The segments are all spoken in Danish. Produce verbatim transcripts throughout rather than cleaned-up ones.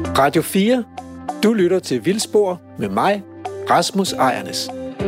Radio fire. Du lytter til Vildspor med mig, Rasmus Ejernes.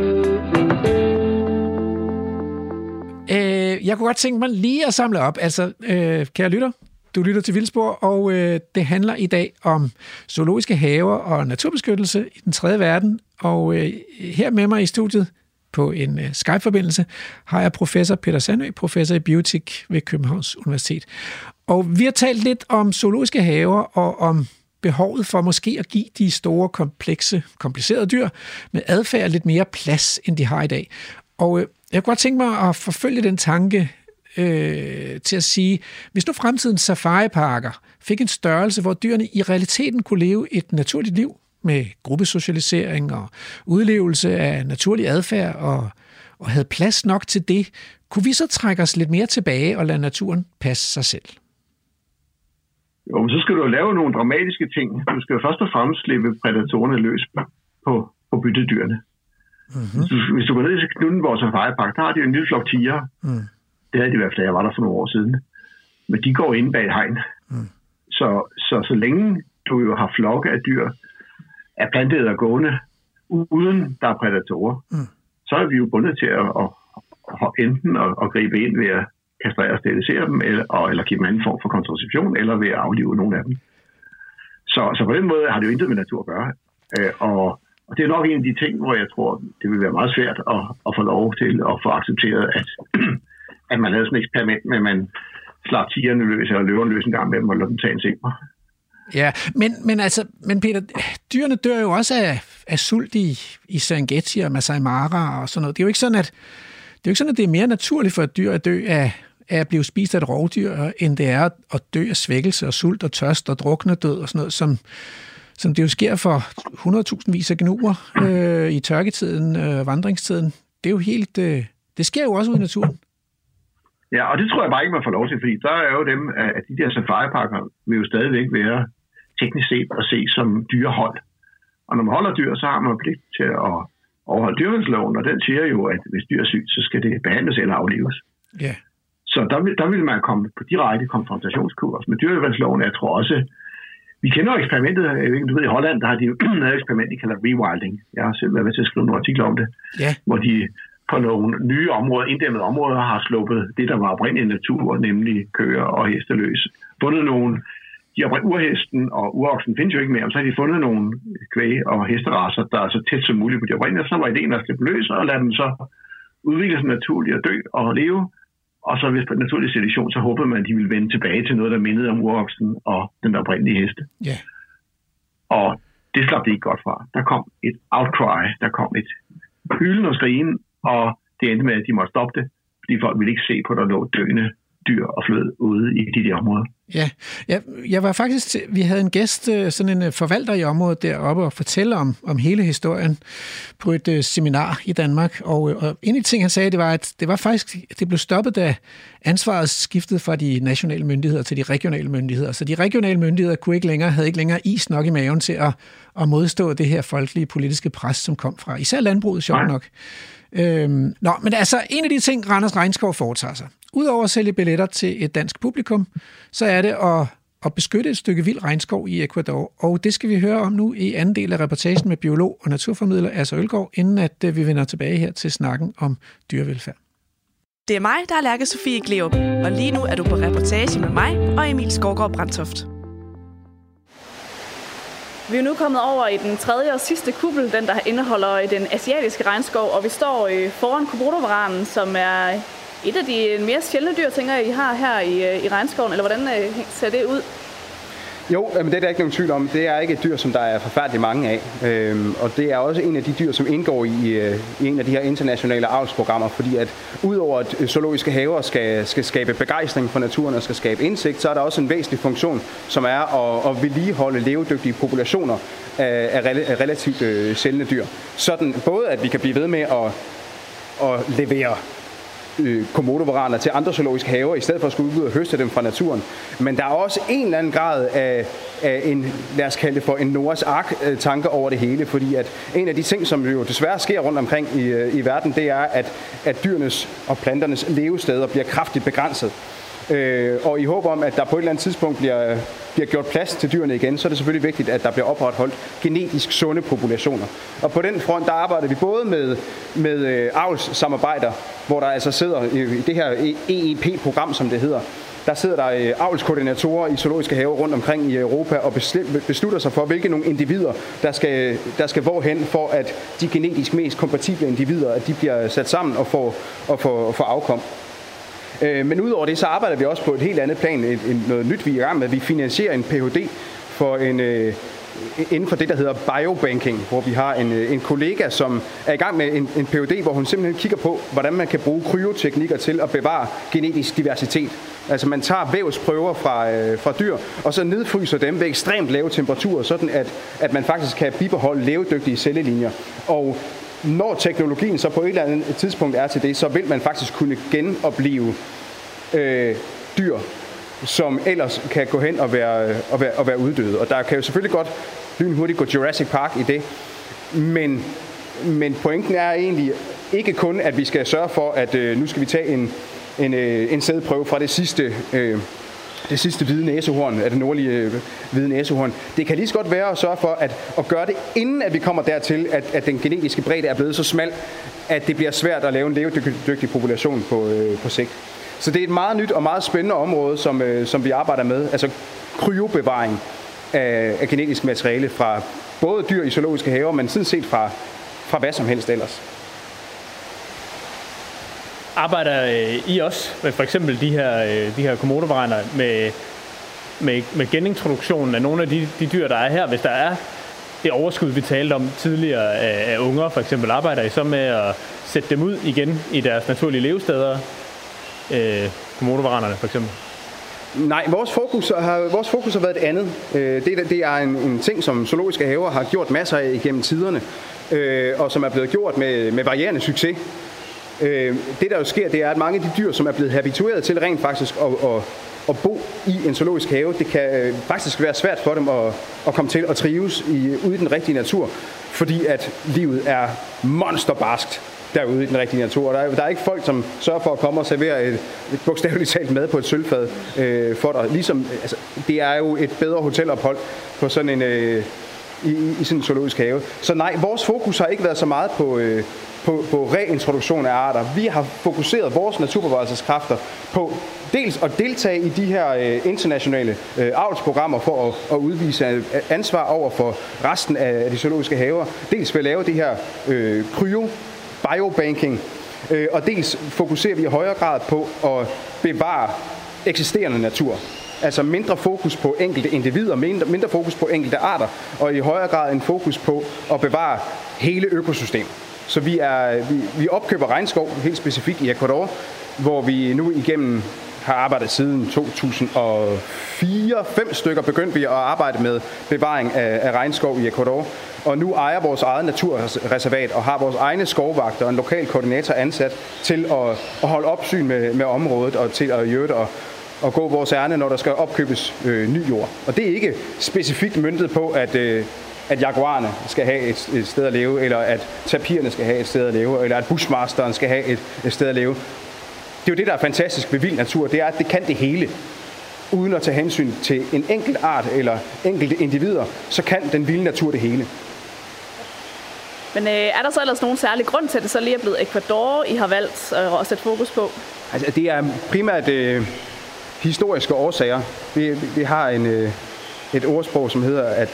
Øh, jeg kunne godt tænke mig lige at samle op. Altså, øh, kære lytter, du lytter til Vildspor, og øh, det handler i dag om zoologiske haver og naturbeskyttelse i den tredje verden. Og øh, her med mig i studiet på en øh, Skype-forbindelse har jeg professor Peter Sandø, professor i bioetik ved Københavns Universitet. Og vi har talt lidt om zoologiske haver og om behovet for måske at give de store, komplekse, komplicerede dyr med adfærd lidt mere plads, end de har i dag. Og øh, jeg kunne godt tænke mig at forfølge den tanke øh, til at sige, hvis nu fremtidens safariparker fik en størrelse, hvor dyrene i realiteten kunne leve et naturligt liv med gruppesocialisering og udlevelse af naturlig adfærd og, og havde plads nok til det, kunne vi så trække os lidt mere tilbage og lade naturen passe sig selv? Jo, men så skal du jo lave nogle dramatiske ting. Du skal jo først og fremmest slippe prædatorerne løs på, på byttedyrene. Mm-hmm. Hvis, du, hvis du går ned til Knuthenborg Safaripark, der har de jo en lille flok tiger. Mm. Det havde de i hvert fald, da jeg var der for nogle år siden. Men de går inde bag et hegn. Mm. Så, så så længe du jo har flokke af dyr, er plantet og gående, uden der er prædatorer, mm. så er vi jo bundet til at, at, at enten at, at gribe ind ved at kastrere og sterilisere dem, eller, og, eller give dem en anden form for kontraception, eller ved at aflive nogle af dem. Så, så på den måde har det jo intet med natur at gøre. Øh, og, og det er nok en af de ting, hvor jeg tror, det vil være meget svært at, at få lov til at få accepteret, at, at man lavede sådan et eksperiment med, at man slap tigerne løs, eller løverne løs en gang med dem, og lade dem tage en sikre. Ja, men, men altså, men Peter, dyrene dør jo også af, af sult i, i Serengeti og Masai Mara og sådan noget. Det er jo ikke sådan, at det er jo ikke sådan, at det er mere naturligt for et dyr at dø af, af at blive spist af et rovdyr, end det er at dø af svækkelse og sult og tørst og drukne død og sådan noget, som, som det jo sker for hundredtusindvis af gnuer øh, i tørketiden, øh, vandringstiden. Det er jo helt, øh, det sker jo også ude i naturen. Ja, og det tror jeg bare ikke, man får lov til, fordi der er jo dem, at de der safariparker vil jo stadigvæk være teknisk set at se som dyrehold. Og når man holder dyr, så har man pligt til at overholde dyrevelfærdsloven, og den siger jo, at hvis dyr er sygt, så skal det behandles eller aflives. Yeah. Så der vil, der vil man komme på direkte konfrontationskurs med dyrevelfærdsloven. Jeg tror også, vi kender jo eksperimentet, du ved, i Holland, der har de jo et eksperiment, de kalder rewilding. Jeg har selv været med til at skrive nogle artikler om det, yeah. hvor de på nogle nye områder, inddæmmede områder, har sluppet det, der var oprindeligt natur, nemlig køer og hesteløs. Fundet nogle, de har urhesten og uroksen findes jo ikke mere, så har de fundet nogle kvæg og hesterasser, der er så tæt som muligt på de oprindelige, så var ideen at slippe løs og lade dem så udvikle sig naturligt og dø og leve. Og så hvis på naturlig selektion, så håber man, at de vil vende tilbage til noget, der mindede om uroksen og den oprindelige heste. Yeah. Og det slap det ikke godt fra. Der kom et outcry, der kom et hylen og skrigen, og det endte med, at de måtte stoppe det, fordi folk ville ikke se på, der lå døende dyr og flød ude i de der områder. Ja, jeg, jeg var faktisk, vi havde en gæst, sådan en forvalter i området deroppe, og fortælle om, om hele historien på et uh, seminar i Danmark, og, og en af de ting, han sagde, det var, at det var faktisk, det blev stoppet, da ansvaret skiftede fra de nationale myndigheder til de regionale myndigheder. Så de regionale myndigheder kunne ikke længere, havde ikke længere is nok i maven til at, at modstå det her folkelige politiske pres, som kom fra især landbruget, sjovt nok. Øhm, nå, men altså, en af de ting, Randers Regnskov foretager sig, udover at sælge billetter til et dansk publikum, så er det at, at beskytte et stykke vild regnskov i Ecuador. Og det skal vi høre om nu i anden del af reportagen med biolog og naturformidler Asser Ølgaard, inden at vi vender tilbage her til snakken om dyrevelfærd. Det er mig, der er Lærke Sofie Gleerup, og lige nu er du på reportage med mig og Emil Skovgaard Brandtoft. Vi er nu kommet over i den tredje og sidste kuppel, den der indeholder den asiatiske regnskov, og vi står foran komodo-varanen, som er et af de mere sjældne dyr, tænker jeg, I har her i, i regnskoven, eller hvordan ser det ud? Jo, men det er der ikke nogen tvivl om. Det er ikke et dyr, som der er forfærdeligt mange af. Øhm, og det er også en af de dyr, som indgår i, i en af de her internationale avlsprogrammer, fordi at udover at zoologiske haver skal, skal skabe begejstring for naturen og skal skabe indsigt, så er der også en væsentlig funktion, som er at, at vedligeholde levedygtige populationer af, af relativt øh, sjældne dyr. Sådan både, at vi kan blive ved med at, at levere komodo-varaner til andre zoologiske haver, i stedet for at skulle ud og høste dem fra naturen. Men der er også en eller anden grad af, af en, lad os kalde det for en Noahs Ark-tanke over det hele, fordi at en af de ting, som jo desværre sker rundt omkring i, i verden, det er, at, at dyrenes og planternes levesteder bliver kraftigt begrænset. Øh, og i håb om, at der på et eller andet tidspunkt bliver, bliver gjort plads til dyrene igen, så er det selvfølgelig vigtigt, at der bliver opretholdt genetisk sunde populationer. Og på den front, der arbejder vi både med, med øh, avlssamarbejder, hvor der altså sidder i, i det her E E P-program, som det hedder, der sidder der øh, avlskoordinatorer i zoologiske haver rundt omkring i Europa og beslutter sig for, hvilke nogle individer, der skal, der skal hvorhen, for at de genetisk mest kompatible individer, at de bliver sat sammen og får, og får, får afkom. Men udover det, så arbejder vi også på et helt andet plan, et, et, noget nyt, vi er i gang med. Vi finansierer en P H D for en, øh, inden for det, der hedder biobanking, hvor vi har en, en kollega, som er i gang med en, en P H D, hvor hun simpelthen kigger på, hvordan man kan bruge kryoteknikker til at bevare genetisk diversitet. Altså man tager vævsprøver fra, øh, fra dyr, og så nedfryser dem ved ekstremt lave temperaturer, sådan at, at man faktisk kan bibeholde levedygtige cellelinjer. Og når teknologien så på et eller andet tidspunkt er til det, så vil man faktisk kunne genopleve øh, dyr, som ellers kan gå hen og være, og, være, og være uddøde. Og der kan jo selvfølgelig godt lynhurtigt gå Jurassic Park i det, men, men pointen er egentlig ikke kun, at vi skal sørge for, at øh, nu skal vi tage en, en, øh, en sædprøve fra det sidste... Øh, det sidste hvide næsehorn, af det nordlige øh, hvide næsehorn. Det kan lige så godt være at sørge for at, at gøre det, inden at vi kommer dertil, at, at den genetiske bredde er blevet så smal, at det bliver svært at lave en levedygtig population på, øh, på sigt. Så det er et meget nyt og meget spændende område, som, øh, som vi arbejder med. Altså kryobevaring af, af genetisk materiale fra både dyr i zoologiske haver, men sådan set fra, fra hvad som helst ellers. Arbejder øh, I også med for eksempel de her, øh, de her komodovaraner med, med, med genintroduktionen af nogle af de, de dyr, der er her? Hvis der er det overskud, vi talte om tidligere af, af unger, for eksempel, arbejder I så med at sætte dem ud igen i deres naturlige levesteder? Øh, komodovaranerne for eksempel. Nej, vores fokus har, vores fokus har været et andet. Øh, det, det er en, en ting, som zoologiske haver har gjort masser af igennem tiderne, øh, og som er blevet gjort med, med varierende succes. Det der jo sker, det er, at mange af de dyr, som er blevet habitueret til rent faktisk at, at, at bo i en zoologisk have, det kan faktisk være svært for dem at, at komme til at trives i, ude i den rigtige natur, fordi at livet er monsterbarskt derude i den rigtige natur. Der er, der er ikke folk, som sørger for at komme og servere et, et bogstaveligt talt mad på et sølvfad øh, for dig. Ligesom, altså, det er jo et bedre hotelophold på sådan en, øh, i, i sådan en zoologisk have. Så nej, vores fokus har ikke været så meget på... Øh, På, på reintroduktion af arter. Vi har fokuseret vores naturbevarelseskræfter på dels at deltage i de her øh, internationale øh, avlsprogrammer for at, at udvise ansvar over for resten af de zoologiske haver. Dels ved at lave det her øh, kryo, biobanking, øh, og dels fokuserer vi i højere grad på at bevare eksisterende natur. Altså mindre fokus på enkelte individer, mindre, mindre fokus på enkelte arter, og i højere grad en fokus på at bevare hele økosystemet. Så vi, er, vi, vi opkøber regnskov, helt specifikt i Ecuador, hvor vi nu igennem har arbejdet siden to tusind og fire. Fem stykker begyndte vi at arbejde med bevaring af, af regnskov i Ecuador. Og nu ejer vores eget naturreservat og har vores egne skovvagter og en lokal koordinator ansat til at, at holde opsyn med, med området og til at gjøre det og, og gå vores ærne, når der skal opkøbes øh, ny jord. Og det er ikke specifikt møntet på, at... Øh, at jaguarerne skal have et, et sted at leve, eller at tapirerne skal have et sted at leve, eller at bushmasteren skal have et, et sted at leve. Det er jo det, der er fantastisk ved vild natur, det er, at det kan det hele. Uden at tage hensyn til en enkelt art eller enkelte individer, så kan den vilde natur det hele. Men øh, er der så ellers nogen særlig grund til, at det så lige er blevet Ecuador, I har valgt øh, at sætte fokus på? Altså, det er primært øh, historiske årsager. Vi, vi har en, øh, et ordsprog, som hedder, at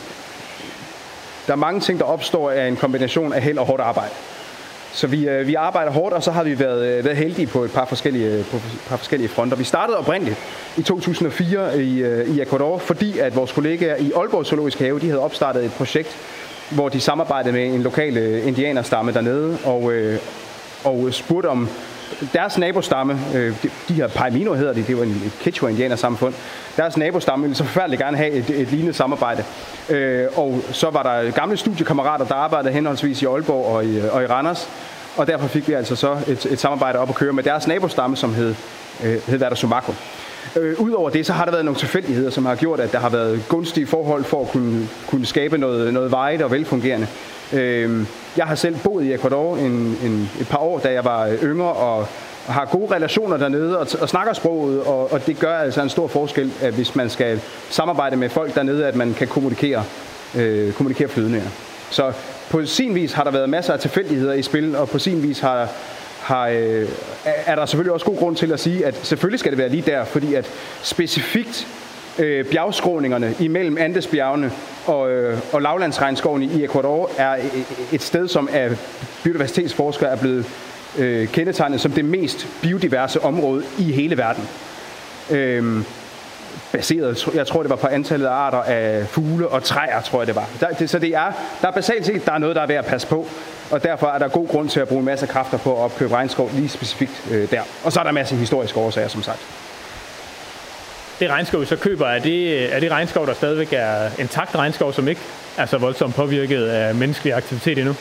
der er mange ting, der opstår af en kombination af held og hårdt arbejde. Så vi, øh, vi arbejder hårdt, og så har vi været, været heldige på et par forskellige, på et par forskellige fronter. Vi startede oprindeligt i to tusind og fire i, øh, i Ecuador, fordi at vores kollegaer i Aalborg Zoologisk Have, de havde opstartet et projekt, hvor de samarbejdede med en lokal øh, indianerstamme dernede, og, øh, og spurgte om deres nabostamme, øh, de, de her Paimino hedder de, det var en Quechua-indianersamfund, deres nabostamme ville så forfærdeligt gerne have et, et lignende samarbejde. Øh, og så var der gamle studiekammerater, der arbejdede henholdsvis i Aalborg og i, og i Randers, og derfor fik vi altså så et, et samarbejde op at køre med deres nabostamme, som hed, øh, hed Verda Sumaco. Øh, Udover det, så har der været nogle tilfældigheder, som har gjort, at der har været gunstige forhold for at kunne, kunne skabe noget, noget varigt og velfungerende. Øh, jeg har selv boet i Ecuador en, en, et par år, da jeg var yngre, og og har gode relationer dernede og, og snakker sproget, og, og det gør altså en stor forskel, at hvis man skal samarbejde med folk dernede, at man kan kommunikere, øh, kommunikere flydende. Så på sin vis har der været masser af tilfældigheder i spil, og på sin vis har, har, øh, er der selvfølgelig også god grund til at sige, at selvfølgelig skal det være lige der, fordi at specifikt øh, bjergskråningerne imellem Andesbjergene og, øh, og lavlandsregnskoven i Ecuador er et sted, som af biodiversitetsforskere er blevet øh, kendetegnet som det mest biodiverse område i hele verden. Øh, baseret, jeg tror det var på antallet af arter af fugle og træer, tror jeg det var. Der, det, så det er, der er basalt set, der er noget, der er værd at passe på, og derfor er der god grund til at bruge en masse kræfter på at opkøbe regnskov lige specifikt øh, der. Og så er der en masse historiske årsager, som sagt. Det regnskov, vi så køber, er det, er det regnskov, der stadigvæk er intakt regnskov, som ikke er så voldsomt påvirket af menneskelig aktivitet endnu?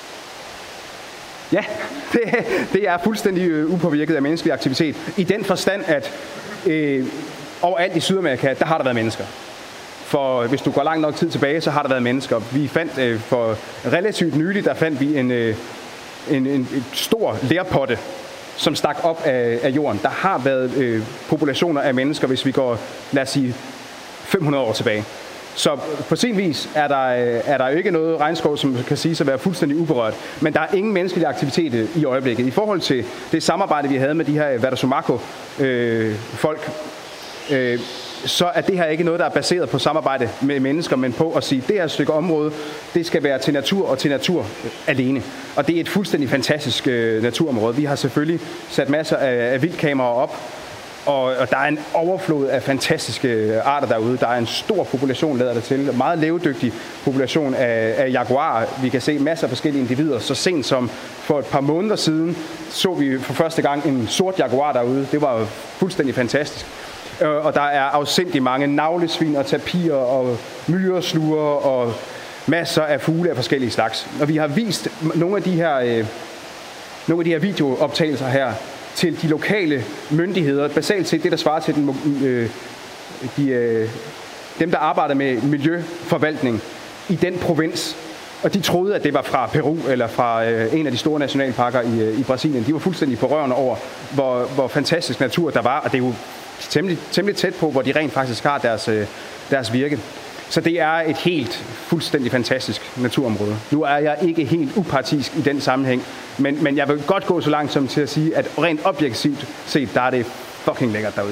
Ja, det, det er fuldstændig upåvirket af menneskelig aktivitet. I den forstand, at øh, overalt i Sydamerika, der har der været mennesker. For hvis du går langt nok tid tilbage, så har der været mennesker. Vi fandt øh, for relativt nyligt, der fandt vi en, øh, en, en, en stor lerpotte, som stak op af, af jorden. Der har været øh, populationer af mennesker, hvis vi går, lad os sige, fem hundrede år tilbage. Så på sin vis er der, er der jo ikke noget regnskov, som kan siges at være fuldstændig uberørt. Men der er ingen menneskelig aktivitet i øjeblikket. I forhold til det samarbejde, vi havde med de her Watasomaco-folk, øh, så er det her ikke noget, der er baseret på samarbejde med mennesker, men på at sige, at det her stykke område, det skal være til natur og til natur alene. Og det er et fuldstændig fantastisk øh, naturområde. Vi har selvfølgelig sat masser af, af vildkameraer op, og, og der er en overflod af fantastiske arter derude. Der er en stor population, lader det til. En meget levedygtig population af, af jaguarer. Vi kan se masser af forskellige individer. Så sent som for et par måneder siden, så vi for første gang en sort jaguar derude. Det var fuldstændig fantastisk. Og der er afsindig mange navlesvin og tapirer og myresluger og masser af fugle af forskellige slags. Og vi har vist nogle af de her, øh, nogle af de her videooptagelser her til de lokale myndigheder. Basalt set det, der svarer til den, øh, de, øh, dem, der arbejder med miljøforvaltning i den provins. Og de troede, at det var fra Peru eller fra øh, en af de store nationalparker i, øh, i Brasilien. De var fuldstændig berørende over, hvor, hvor fantastisk natur der var. Og det er jo temmelig, temmelig tæt på, hvor de rent faktisk har deres, øh, deres virke. Så det er et helt fuldstændig fantastisk naturområde. Nu er jeg ikke helt upartisk i den sammenhæng, men, men jeg vil godt gå så langt som til at sige, at rent objektivt set, der er det fucking lækkert derude.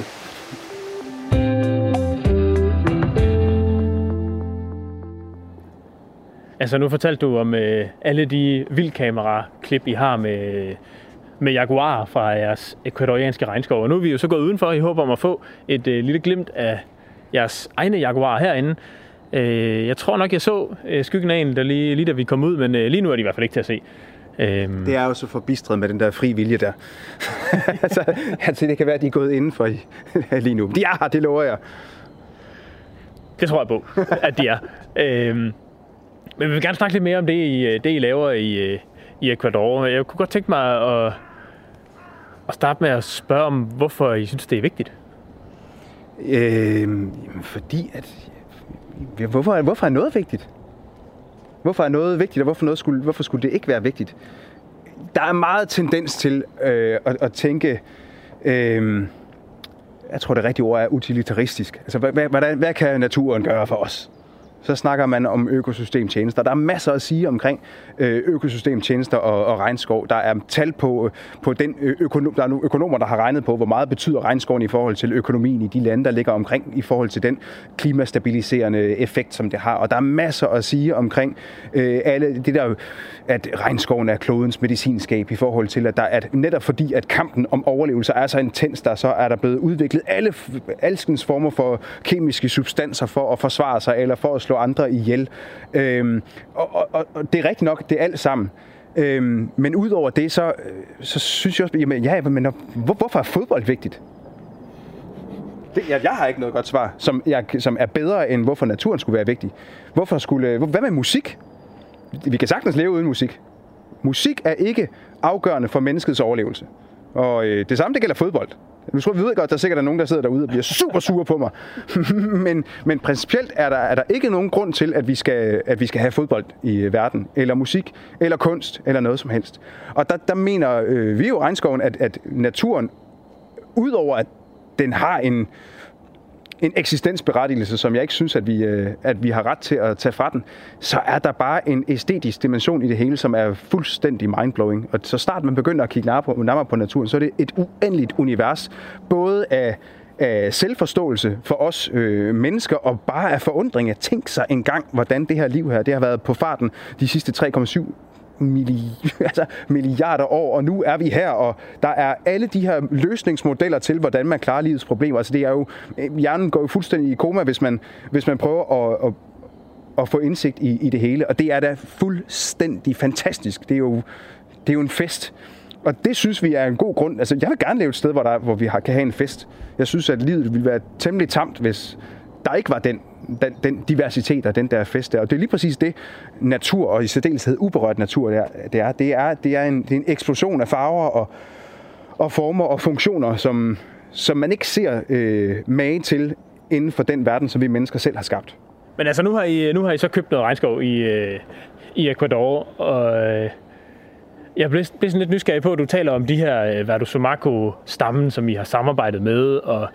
Altså nu fortalte du om øh, alle de vildkamera-klip, I har med, med jaguarer fra jeres ecuadorianske regnskov. Og nu er vi jo så gået udenfor i håb om at få et øh, lille glimt af jeres egne jaguarer herinde. Øh, jeg tror nok, jeg så øh, skyggen af en, der lige, lige da vi kom ud, men øh, lige nu er de i hvert fald ikke til at se. Øh, det er jo så forbistret med den der fri vilje der. altså, altså, det kan være, at de er gået indenfor lige nu. De er her, det lover jeg. Det tror jeg på, at de er. øh, Men vi vil gerne snakke lidt mere om det, I, det, I laver i, i Ecuador. Jeg kunne godt tænke mig at, at starte med at spørge om, hvorfor I synes, det er vigtigt. Øh, fordi at... Hvorfor, hvorfor er noget vigtigt? Hvorfor er noget vigtigt, og hvorfor, noget skulle, hvorfor skulle det ikke være vigtigt? Der er meget tendens til øh, at, at tænke... Øh, jeg tror, det rigtige ord er utilitaristisk. Altså, hvad, hvad, hvad kan naturen gøre for os? Så snakker man om økosystemtjenester. Der er masser at sige omkring økosystemtjenester og, og regnskov. Der er tal på, på den økonom, der er nogle økonomer, der har regnet på, hvor meget betyder regnskoven i forhold til økonomien i de lande, der ligger omkring, i forhold til den klimastabiliserende effekt, som det har. Og der er masser at sige omkring øh, alle det der, at regnskoven er klodens medicinskab i forhold til, at der er netop fordi, at kampen om overlevelse er så intens, der så er der blevet udviklet alle alskens former for kemiske substanser for at forsvare sig eller for at slå andre ihjel. Øhm, og, og, og det er rigtigt nok, det er alt sammen. Øhm, men udover det, så, så synes jeg også, jamen, ja, men hvor, hvorfor er fodbold vigtigt? Det, jeg, jeg har ikke noget godt svar, som, jeg, som er bedre end hvorfor naturen skulle være vigtig. Hvorfor skulle, hvad med musik? Vi kan sagtens leve uden musik. Musik er ikke afgørende for menneskets overlevelse. Og øh, det samme, det gælder fodbold. Nu tror vi ved godt, der er sikkert nogen, der sidder derude og bliver super sure på mig. men, men principielt er der, er der ikke nogen grund til, at vi, skal, at vi skal have fodbold i verden, eller musik, eller kunst, eller noget som helst. Og der, der mener øh, vi jo Regnskoven, at, at naturen, udover at den har en, en eksistensberettigelse, som jeg ikke synes, at vi, øh, at vi har ret til at tage fra den, så er der bare en æstetisk dimension i det hele, som er fuldstændig mindblowing. Og så snart man begynder at kigge nærmere på, nærmere på naturen, så er det et uendeligt univers, både af, af selvforståelse for os øh, mennesker, og bare af forundring at tænke sig engang, hvordan det her liv her, det har været på farten de sidste tre komma syv Milli- altså milliarder år, og nu er vi her, og der er alle de her løsningsmodeller til, hvordan man klarer livets problemer. Altså det er jo, hjernen går jo fuldstændig i koma, hvis man, hvis man prøver at, at, at få indsigt i, i det hele, og det er da fuldstændig fantastisk. Det er jo, det er jo en fest, og det synes vi er en god grund. Altså jeg vil gerne leve et sted, hvor, der, hvor vi har, kan have en fest. Jeg synes, at livet ville være temmelig tamt, hvis der ikke var den, den, den diversitet og den der fest der. Og det er lige præcis det, natur, og i særdeleshed uberørt natur, det er. Det er, det er, det er, en, det er en eksplosion af farver og, og former og funktioner, som, som man ikke ser øh, mage til inden for den verden, som vi mennesker selv har skabt. Men altså, nu har I, nu har I så købt noget regnskov i, øh, i Ecuador, og øh, jeg blev, blev sådan lidt nysgerrig på, at du taler om de her øh, Verdosomaco-stammen, som I har samarbejdet med, og,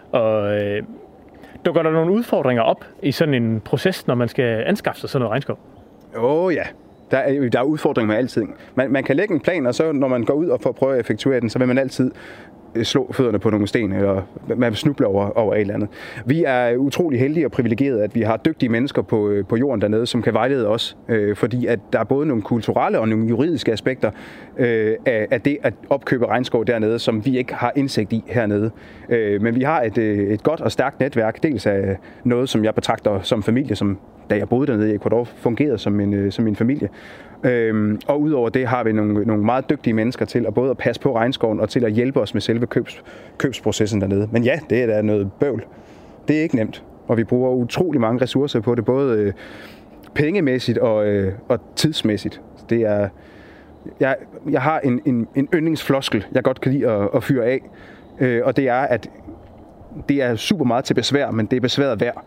og øh, dukker der nogle udfordringer op i sådan en proces, når man skal anskaffe sig sådan noget regnskov? Åh oh, ja, der er, der er udfordringer med altid. Man, man kan lægge en plan, og så når man går ud og får prøve at effektuere den, så vil man altid slå fødderne på nogle sten, eller man snubler over, over et eller andet. Vi er utrolig heldige og privilegerede, at vi har dygtige mennesker på, på jorden dernede, som kan vejlede os, øh, fordi at der er både nogle kulturelle og nogle juridiske aspekter øh, af, af det at opkøbe regnskov dernede, som vi ikke har indsigt i hernede. Øh, men vi har et, et godt og stærkt netværk, dels af noget, som jeg betragter som familie, som da jeg boede dernede i Ecuador, fungerede som en, som min familie. Øhm, og udover det har vi nogle, nogle meget dygtige mennesker til at både at passe på regnskoven og til at hjælpe os med selve købs, købsprocessen dernede. Men ja, det er da noget bøvl. Det er ikke nemt, og vi bruger utrolig mange ressourcer på det, både øh, pengemæssigt og, øh, og tidsmæssigt. Det er, jeg, jeg har en, en, en yndlingsfloskel, jeg godt kan lide at, at fyre af, øh, og det er, at det er super meget til besvær, men det er besværet værd.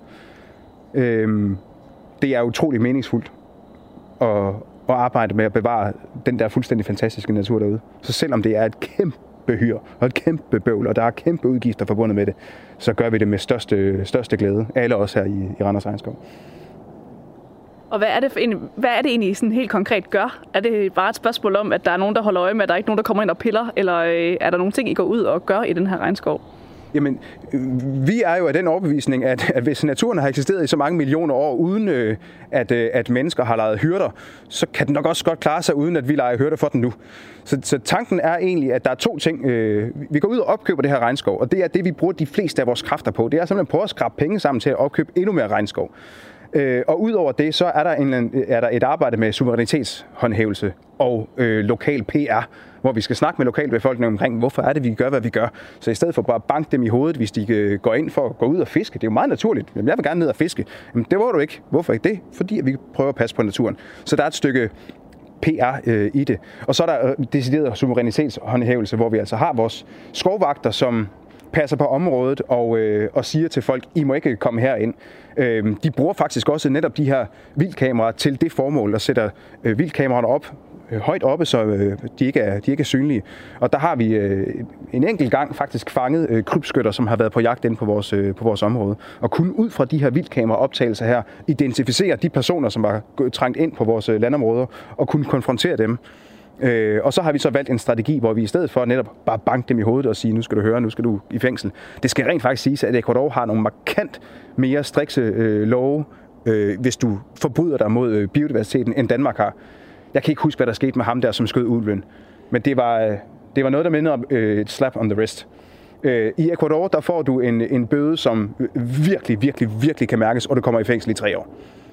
Øh, det er utrolig meningsfuldt at og arbejde med at bevare den der fuldstændig fantastiske natur derude. Så selvom det er et kæmpe hyr og et kæmpe bøvl, og der er kæmpe udgifter forbundet med det, så gør vi det med største, største glæde. Alle os her i, i Randers Regnskov. Og hvad er det, for en, hvad er det egentlig sådan helt konkret gør? Er det bare et spørgsmål om, at der er nogen, der holder øje med, at der er ikke nogen, der kommer ind og piller? Eller øh, er der nogle ting, I går ud og gør i den her regnskov? Jamen, vi er jo af den overbevisning, at, at hvis naturen har eksisteret i så mange millioner år, uden øh, at, øh, at mennesker har lejet hyrder, så kan den nok også godt klare sig, uden at vi lejer hyrder for den nu. Så, så tanken er egentlig, at der er to ting. Øh, vi går ud og opkøber det her regnskov, og det er det, vi bruger de fleste af vores kræfter på. Det er simpelthen på at skrabe penge sammen til at opkøbe endnu mere regnskov. Øh, og udover det, så er der, en, er der et arbejde med suverænitetshåndhævelse og øh, lokal P R, hvor vi skal snakke med lokalbefolkningen omkring, hvorfor er det, vi gør, hvad vi gør. Så i stedet for bare at banke dem i hovedet, hvis de går ind for at gå ud og fiske, det er jo meget naturligt. Jamen, jeg vil gerne ned og fiske. Jamen, det var du ikke. Hvorfor ikke det? Fordi vi prøver at passe på naturen. Så der er et stykke P R øh, i det. Og så er der øh, decideret suverænitetshåndhævelse, hvor vi altså har vores skovvagter, som passer på området og, øh, og siger til folk, I må ikke komme herind. Øh, de bruger faktisk også netop de her vildkameraer til det formål, og sætter øh, vildkameraerne op, øh, højt oppe, så øh, de, ikke er, de ikke er synlige. Og der har vi øh, en enkelt gang faktisk fanget øh, krybskytter, som har været på jagt inde på vores, øh, på vores område. Og kun ud fra de her vildkameraoptagelser her, identificere de personer, som var trængt ind på vores øh, landområder, og kunne konfrontere dem. Øh, og så har vi så valgt en strategi, hvor vi i stedet for netop bare banke dem i hovedet og sige, nu skal du høre, nu skal du i fængsel. Det skal rent faktisk siges, at Ecuador har nogle markant mere strikse øh, love, øh, hvis du forbryder dig mod øh, biodiversiteten, end Danmark har. Jeg kan ikke huske, hvad der skete med ham der, som skød ulven. Men det var, øh, det var noget, der mindede om øh, et slap on the wrist. Øh, I Ecuador, der får du en, en bøde, som virkelig, virkelig, virkelig kan mærkes, og du kommer i fængsel i tre år.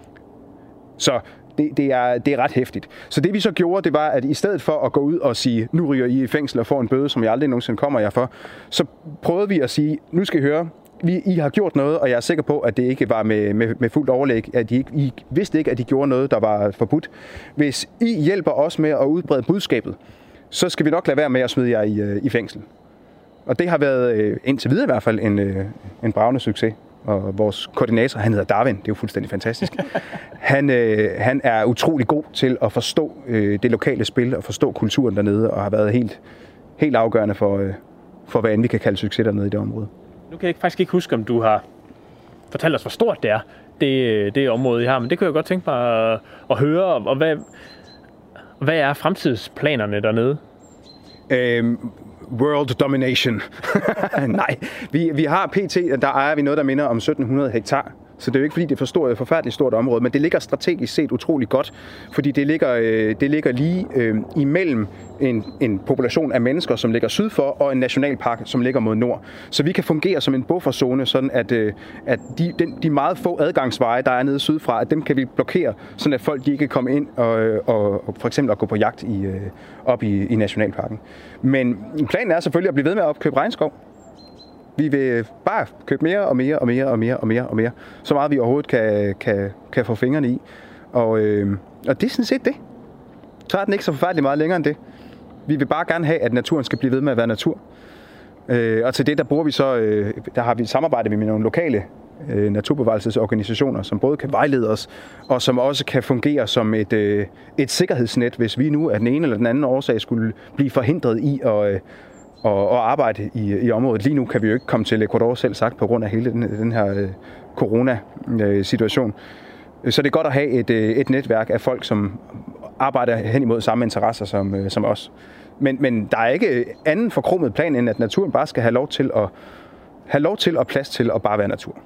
Så Det, det, er, det er ret hæftigt. Så det vi så gjorde, det var, at i stedet for at gå ud og sige, nu ryger I i fængsel og får en bøde, som jeg aldrig nogensinde kommer jer for, så prøvede vi at sige, nu skal I høre, vi, I har gjort noget, og jeg er sikker på, at det ikke var med, med, med fuldt overlæg, at I, I vidste ikke, at de gjorde noget, der var forbudt. Hvis I hjælper os med at udbrede budskabet, så skal vi nok lade være med at smide jer i, i fængsel. Og det har været, øh, indtil videre i hvert fald, en, øh, en bragende succes. Og vores koordinator, han hedder Darwin, det er jo fuldstændig fantastisk. Han, øh, han er utrolig god til at forstå øh, det lokale spil og forstå kulturen dernede, og har været helt, helt afgørende for, øh, for, hvad end vi kan kalde succes dernede i det område. Nu kan jeg faktisk ikke huske, om du har fortalt os, hvor stort det er, det, det område, I har, men det kunne jeg godt tænke mig at, at høre, og hvad, hvad er fremtidsplanerne dernede? Øhm, World domination. Nej, vi, vi har P T, der ejer vi noget, der minder om sytten hundrede hektar. Så det er jo ikke, fordi det er for stort, et forfærdeligt stort område, men det ligger strategisk set utrolig godt, fordi det ligger, øh, det ligger lige øh, imellem en, en population af mennesker, som ligger syd for, og en nationalpark, som ligger mod nord. Så vi kan fungere som en bufferzone, sådan at, øh, at de, den, de meget få adgangsveje, der er nede sydfra, at dem kan vi blokere, sådan at folk de ikke kan komme ind og, og, og for eksempel at gå på jagt i, øh, op i, i nationalparken. Men planen er selvfølgelig at blive ved med at opkøbe regnskov. Vi vil bare købe mere og mere og mere og mere og mere og mere. Så meget vi overhovedet kan, kan, kan få fingrene i. Og, øh, og det er sådan set det. Så er den ikke så forfærdelig meget længere end det. Vi vil bare gerne have, at naturen skal blive ved med at være natur. Øh, og til det, der bruger vi så, øh, der har vi samarbejdet med nogle lokale øh, naturbevarelsesorganisationer, som både kan vejlede os, og som også kan fungere som et, øh, et sikkerhedsnet, hvis vi nu af den ene eller den anden årsag skulle blive forhindret i at øh, Og, og arbejde i, i området. Lige nu kan vi jo ikke komme til Ecuador, selv sagt, på grund af hele den, den her øh, corona-situation. Så det er godt at have et, øh, et netværk af folk, som arbejder hen imod samme interesser som, øh, som os. Men, men der er ikke anden forkromet plan, end at naturen bare skal have lov til at have lov til og plads til at bare være natur.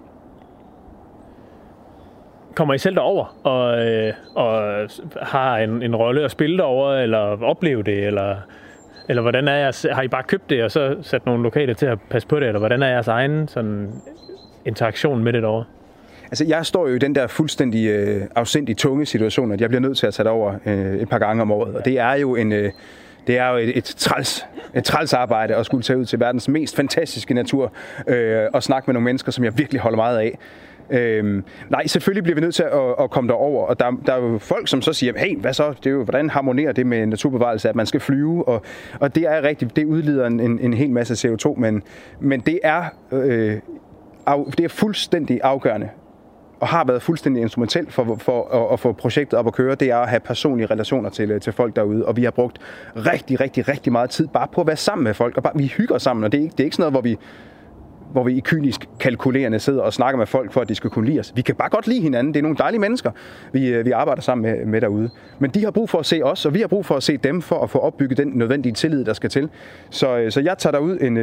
Kommer I selv derover og, øh, og har en, en rolle at spille derover, eller opleve det, eller... Eller hvordan er jeres, har I bare købt det, og så sat nogle lokale til at passe på det, eller hvordan er jeres egen sådan, interaktion med det derovre? Altså, jeg står jo i den der fuldstændig øh, afsindig tunge situation, at jeg bliver nødt til at tage over øh, et par gange om året. Og det er jo en... Øh, Det er jo et, et, træls, et træls arbejde at skulle tage ud til verdens mest fantastiske natur øh, og snakke med nogle mennesker, som jeg virkelig holder meget af. Øhm, nej, selvfølgelig bliver vi nødt til at, at komme derover, og der, der er jo folk, som så siger, hey, hvad så? Det er jo, hvordan harmonerer det med naturbevarelse, at man skal flyve? Og, og det er rigtigt, det udleder en, en hel masse C O to, men, men det, er, øh, af, det er fuldstændig afgørende, og har været fuldstændig instrumentelt for, for at, at få projektet op at køre, det er at have personlige relationer til, til folk derude. Og vi har brugt rigtig, rigtig, rigtig meget tid bare på at være sammen med folk, og bare, vi hygger sammen, og det er ikke, det er ikke sådan noget, hvor vi, hvor vi i kynisk kalkulerende sidder og snakker med folk, for at de skal kunne lide os. Vi kan bare godt lide hinanden. Det er nogle dejlige mennesker, vi, vi arbejder sammen med, med derude. Men de har brug for at se os, og vi har brug for at se dem, for at få opbygget den nødvendige tillid, der skal til. Så, så jeg tager derud en,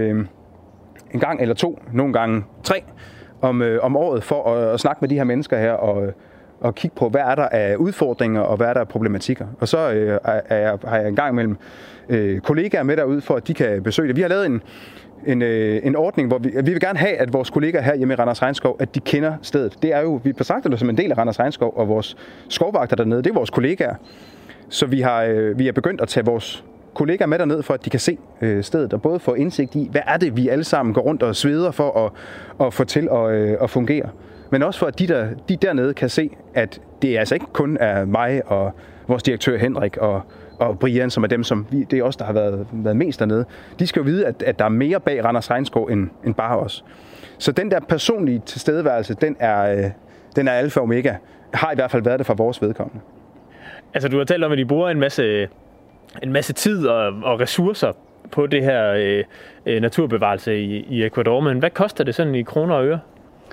en gang eller to, nogle gange tre, Om, øh, om året for at, at snakke med de her mennesker her og, og kigge på, hvad er der af udfordringer og hvad er der af problematikker. Og så øh, er jeg, har jeg en gang mellem øh, kollegaer med derud, for at de kan besøge det. Vi har lavet en, en, øh, en ordning, hvor vi, vi vil gerne have, at vores kollegaer her hjemme i Randers Regnskov, at de kender stedet. Det er jo, vi betragter det som en del af Randers Regnskov, og vores skovvagter dernede, det er vores kollegaer. Så vi har, øh, vi er begyndt at tage vores kollegaer med derned, for at de kan se øh, stedet, og både få indsigt i, hvad er det, vi alle sammen går rundt og sveder for at, at få til at, øh, at fungere. Men også for, at de, der, de dernede kan se, at det altså ikke kun er mig og vores direktør Henrik og, og Brian, som er dem, som vi, det er os, der har været, været mest dernede. De skal jo vide, at, at der er mere bag Randers Regnskov end, end bare os. Så den der personlige tilstedeværelse, den er, øh, den er alfa og omega. Har i hvert fald været det for vores vedkommende. Altså, du har talt om, at I bruger en masse... en masse tid og, og ressourcer på det her øh, naturbevarelse i, i Ecuador, men hvad koster det sådan i kroner og øre?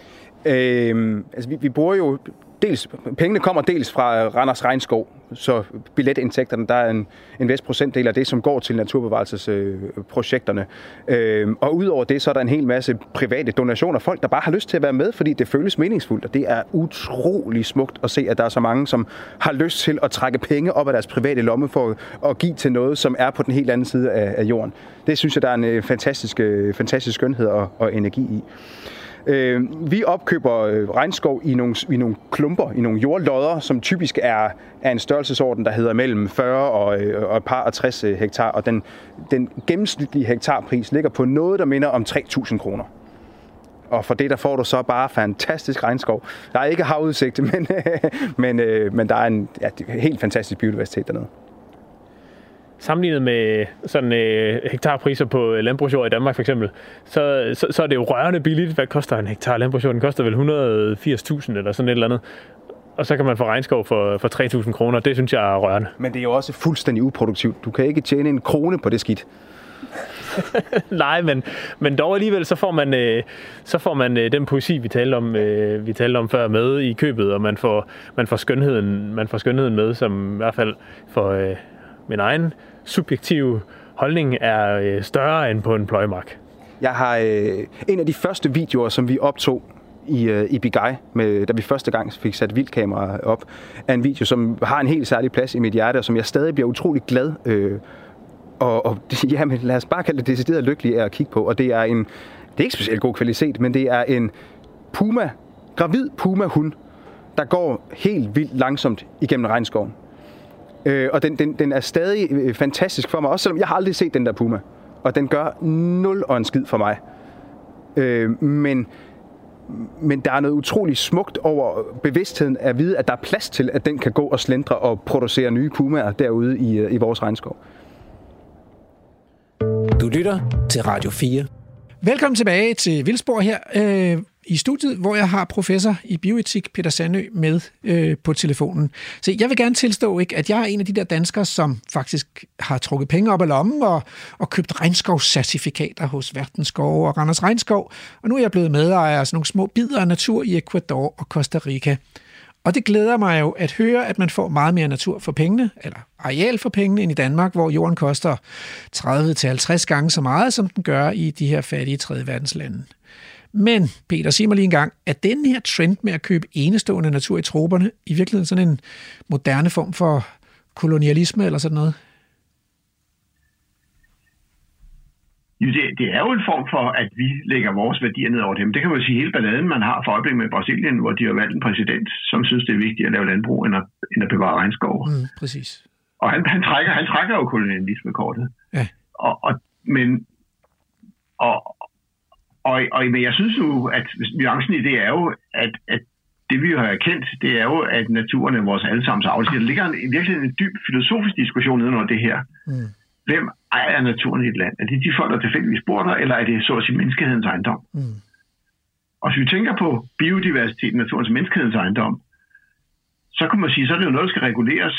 Øhm, altså vi, vi bruger jo dels, pengene kommer dels fra Randers Regnskov, så billetindtægterne, der er en, en vis procentdel af det, som går til naturbevarelsesprojekterne. Øhm, og udover det, så er der en hel masse private donationer, folk, der bare har lyst til at være med, fordi det føles meningsfuldt, og det er utrolig smukt at se, at der er så mange, som har lyst til at trække penge op af deres private lomme for at give til noget, som er på den helt anden side af, af jorden. Det synes jeg, der er en fantastisk, fantastisk skønhed og, og energi i. Øh, vi opkøber øh, regnskov i nogle, i nogle klumper, i nogle jordlodder, som typisk er, er en størrelsesorden, der hedder mellem fyrre og, øh, og et par og tres hektar. Og den, den gennemsnitlige hektarpris ligger på noget, der minder om tre tusind kroner. Og for det, der får du så bare fantastisk regnskov. Der er ikke havudsigt, men, men, øh, men der er en ja, helt fantastisk biodiversitet dernede. sammenlignet med sådan øh, hektarpriser på landbrugsjord i Danmark for eksempel, så, så, så er det jo rørende billigt. Hvad koster en hektar landbrugsjord? Den koster vel et hundrede og firs tusind eller sådan et eller andet. Og så kan man få regnskov for, for tre tusind kroner. Det synes jeg er rørende. Men det er jo også fuldstændig uproduktivt. Du kan ikke tjene en krone på det skidt. Nej, men, men dog alligevel, så får man, øh, så får man øh, den poesi, vi talte om, øh, vi talte om før, med i købet, og man får, man får, skønheden, man får skønheden med, som i hvert fald for øh, min egen subjektive holdning er øh, større end på en pløjemark. Jeg har øh, en af de første videoer, som vi optog i, øh, i Bigay, med, da vi første gang fik sat vildkamera op, er en video, som har en helt særlig plads i mit hjerte, og som jeg stadig bliver utrolig glad øh, Og, og ja, men lad os bare kalde det decideret lykkelig af at kigge på. Og det er en, det er ikke specielt god kvalitet, men det er en puma, gravid puma-hund, der går helt vildt langsomt igennem regnskoven. Øh, og den, den, den er stadig øh, fantastisk for mig, også selvom jeg har aldrig set den der puma. Og den gør nul og en skid for mig. Øh, men, men der er noget utroligt smukt over bevidstheden af at vide, at der er plads til, at den kan gå og slendre og producere nye pumaer derude i, i vores regnskov. Du lytter til Radio fire. Velkommen tilbage til Vildspor her øh, i studiet, hvor jeg har professor i bioetik Peter Sandø med øh, på telefonen. Så jeg vil gerne tilstå, ikke, at jeg er en af de der danskere, som faktisk har trukket penge op af lommen og, og købt regnskovscertifikater hos Verdenskov og Randers Regnskov. Og nu er jeg blevet medejer af sådan nogle små bidder af natur i Ecuador og Costa Rica. Og det glæder mig jo at høre, at man får meget mere natur for pengene, eller areal for pengene, end i Danmark, hvor jorden koster tredive til halvtreds gange så meget, som den gør i de her fattige tredje verdenslande. Men, Peter, sig mig lige en gang, er den her trend med at købe enestående natur i troperne i virkeligheden sådan en moderne form for kolonialisme eller sådan noget? Det, det er jo en form for, at vi lægger vores værdier ned over dem. Det kan man sige hele balladen, man har for øjeblikket med Brasilien, hvor de har valgt en præsident, som synes, det er vigtigt at lave landbrug, end at, end at bevare regnskov. Mm, præcis. Og han, han, trækker, han trækker jo kolonialismekortet. Ja. Og, og, men, og, og, og, men jeg synes jo, at nuancen i det er jo, at, at det vi jo har erkendt, det er jo, at naturen er vores allesammens afsæt. Der ligger en, i virkeligheden en dyb filosofisk diskussion nedenunder det her. Mm. Hvem ejer naturen i et land? Er det de folk, der tilfældigvis bor der, eller er det så at sige menneskehedens ejendom? Mm. Og hvis vi tænker på biodiversiteten, naturens menneskehedens ejendom, så kan man sige, så er det jo noget, der skal reguleres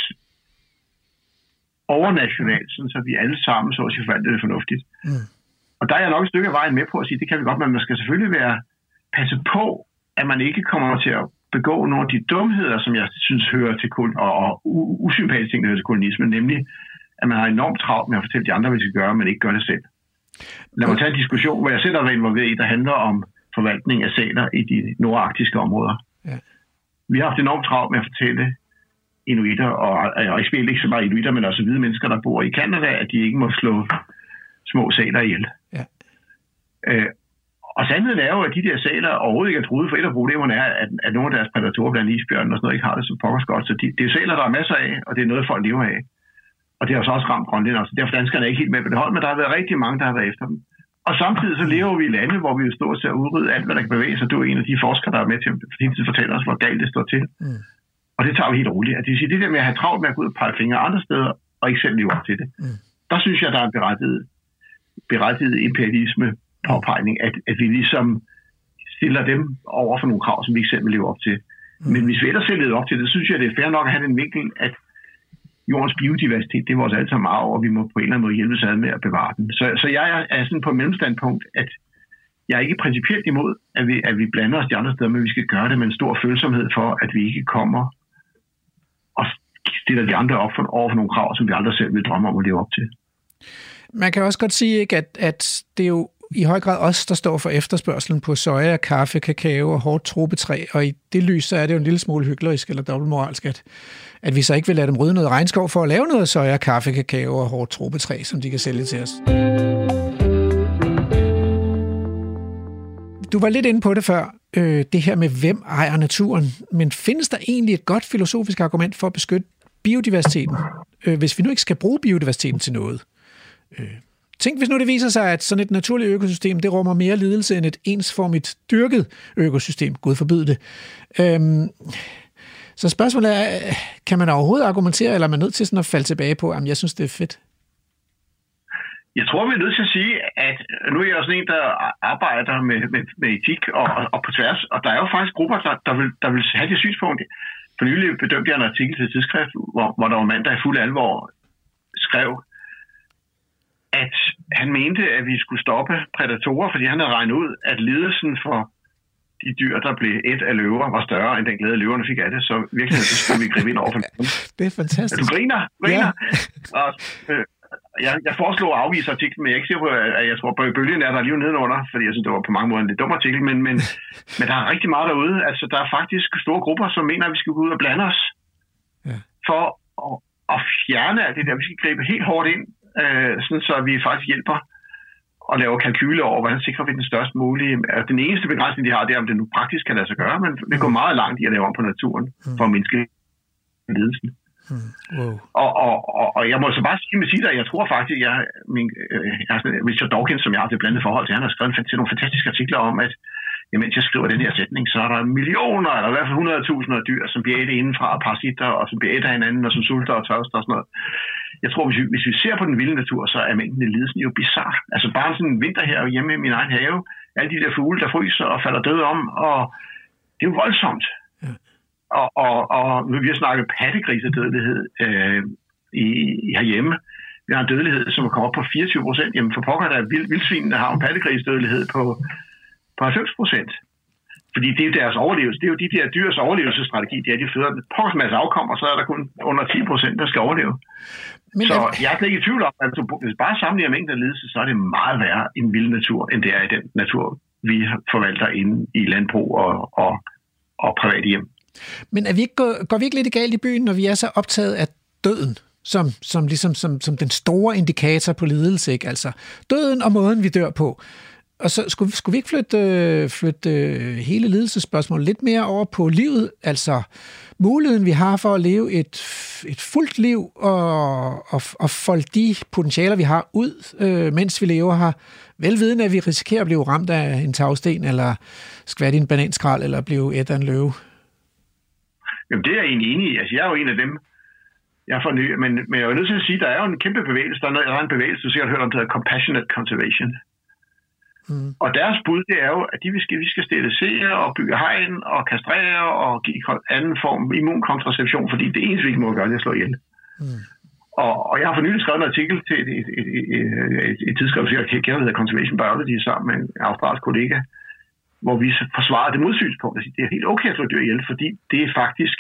overnationalt, så vi alle sammen så at sige forvalter det fornuftigt. Mm. Og der er jeg nok et stykke af vejen med på at sige, det kan vi godt, men man skal selvfølgelig være passe på, at man ikke kommer til at begå nogle af de dumheder, som jeg synes hører til kol- og, og usympatiske ting, der hører til kolonismen, nemlig at man har enormt travlt med at fortælle de andre, hvad de skal gøre, men ikke gør det selv. Lad mig tage en diskussion, hvor jeg selv har været involveret i, der handler om forvaltning af sæler i de nordarktiske områder. Ja. Vi har haft enormt travlt med at fortælle inuitter, og, og ikke spille ikke så meget inuitter, men også hvide mennesker, der bor i Canada, at de ikke må slå små sæler ihjel. Ja. Øh, og sandheden er jo, at de der sæler overhovedet ikke er truet, for et af problemerne er, at, at nogle af deres prædatorer blandt isbjørnen og sådan noget ikke har det så pokkers godt. Så de, det er sæler, der er masser af, og det er noget, folk lever af. Og det har så også ramt Grønland, så derfor danskerne er ikke helt med på det hold, men der har været rigtig mange, der har været efter dem. Og samtidig så lever vi i lande, hvor vi jo stort set udrydde alt, hvad der kan bevæge sig. Du er en af de forskere, der er med til at fortælle os, hvor galt det står til. Mm. Og det tager vi helt roligt. At det vil sige, det der med at have travlt med at gå ud og pege fingre andre steder, og ikke selv leve op til det. Mm. Der synes jeg, der er en berettiget, berettiget imperialisme påpegning, at, at vi ligesom stiller dem over for nogle krav, som vi ikke selv vil leve op til. Mm. Men hvis vi ellers selv lever op til det, så synes jeg, det er fair nok at have den vinkel, at jordens biodiversitet, det er vores alle sammen arv, og vi må på en eller anden måde hjælpes ad med at bevare den. Så, så jeg er sådan på et mellemstandpunkt, at jeg er ikke principielt imod, at vi, at vi blander os de andre steder, men vi skal gøre det med en stor følsomhed for, at vi ikke kommer og stiller de andre op for, over for nogle krav, som vi aldrig selv vil drømme om at leve op til. Man kan også godt sige, ikke, at, at det er jo i høj grad os, der står for efterspørgselen på soja, kaffe, kakao og hårdt tropetræ, og i det lys, så er det jo en lille smule hyklerisk eller dobbeltmoralsk, at, at vi så ikke vil lade dem rydde noget regnskov for at lave noget soja, kaffe, kakao og hårdt tropetræ, som de kan sælge til os. Du var lidt inde på det før, øh, det her med, hvem ejer naturen, men findes der egentlig et godt filosofisk argument for at beskytte biodiversiteten, øh, hvis vi nu ikke skal bruge biodiversiteten til noget? Øh. Tænk, hvis nu det viser sig, at sådan et naturligt økosystem, det rummer mere lidelse end et ensformigt dyrket økosystem. Gud forbyde det. Øhm, så spørgsmålet er, kan man overhovedet argumentere, eller er man nødt til sådan at falde tilbage på, at jeg synes, det er fedt? Jeg tror, vi er nødt til at sige, at nu er jeg også en, der arbejder med, med, med etik og, og på tværs, og der er jo faktisk grupper, der, der, vil, der vil have det synspunkt. For nylig bedømte jeg en artikel til et tidsskrift, hvor, hvor der var en mand, der i fuld alvor skrev, at han mente, at vi skulle stoppe prædatorer, fordi han havde regnet ud, at lidelsen for de dyr, der blev et af løver, var større end den glæde, løverne fik af det, så virkelig så skulle vi gribe ind over for dem. Det er fantastisk. Du griner, griner. Ja. Og, øh, jeg, jeg foreslog at afvise artiklen, men jeg er ikke sikker på, at jeg tror, at bølgen er der lige nedenunder, fordi jeg synes, det var på mange måder en lidt dum artikel, men, men, men der er rigtig meget derude. Altså, der er faktisk store grupper, som mener, at vi skal gå ud og blande os ja. for at, at fjerne alt det der. Vi skal gribe helt hårdt ind, øh, sådan, så vi faktisk hjælper og laver kalkyler over, hvordan sikrer vi den størst mulige. Altså, den eneste begrænsning, de har, det er, om det nu praktisk kan lade sig gøre, men det går meget langt i at lave om på naturen for at mindske lidelsen. Mm. Wow. Og, og, og, og jeg må så bare sige med sig, at jeg tror faktisk, jeg, min, øh, jeg Richard Dawkins, som jeg har til blandet forhold til, han har skrevet til nogle fantastiske artikler om, at mens jeg skriver den her sætning, så er der millioner, eller i hvert fald hundrede tusinder af dyr, som bliver ædt indenfra af parasitter, og som bliver ædt af hinanden, og som sulter og tørster og sådan noget. Jeg tror, hvis vi, hvis vi ser på den vilde natur, så er mængden af lidelsen jo bizarre. Altså bare sådan en vinter her hjemme i min egen have, alle de der fugle, der fryser og falder døde om, og det er jo voldsomt. Ja. Og, og, og vi har snakket pattegrisedødelighed øh, i, herhjemme. Vi har en dødelighed, som kommer op på fireogtyve procent. Jamen for pokker, der er vild, vildsvinene har en pattegrisedødelighed på, på halvfems procent. Fordi det er jo deres overlevelse. Det er jo de der dyrs overlevelsesstrategi. Det er, de føder en pokkers masse afkom, og så er der kun under ti procent, der skal overleve. Men så jeg er ikke i tvivl om, at hvis bare sammenligner mængden af lidelse, så er det meget værre i en vild natur, end det er i den natur, vi forvalter inde i landbrug og, og, og private hjem. Men er vi ikke, går, går vi ikke lidt galt i byen, når vi er så optaget af døden, som, som, ligesom, som, som den store indikator på lidelse, ikke? Altså døden og måden, vi dør på. Og så skulle, skulle vi ikke flytte, flytte hele lidelsesspørgsmålet lidt mere over på livet, altså muligheden, vi har for at leve et, et fuldt liv og, og, og folde de potentialer, vi har ud, øh, mens vi lever her, velvidende, at vi risikerer at blive ramt af en tagsten, eller skvært i en bananskrald, eller blive et af en løve. Jamen, det er jeg egentlig enig i. Altså, jeg er jo en af dem, jeg får ny, men, men jeg er nødt til at sige, at der er jo en kæmpe bevægelse. Der er, noget, der er en bevægelse, du sikkert hørt om, der hedder Compassionate Conservation. Mm. Og deres bud, det er jo, at de, vi, skal, vi skal sterilisere og bygge hegn og kastrere og give anden form immunkontraception, fordi det eneste, vi ikke må gøre, det er at slå ihjel. Mm. Og, og jeg har for nylig skrevet en artikel til et, et, et, et, et, et tidsskrift, der hedder Conservation Biology, sammen med en australsk kollega, hvor vi forsvarer det modsynspunkt. Det er helt okay at slå dyr ihjel, fordi det er faktisk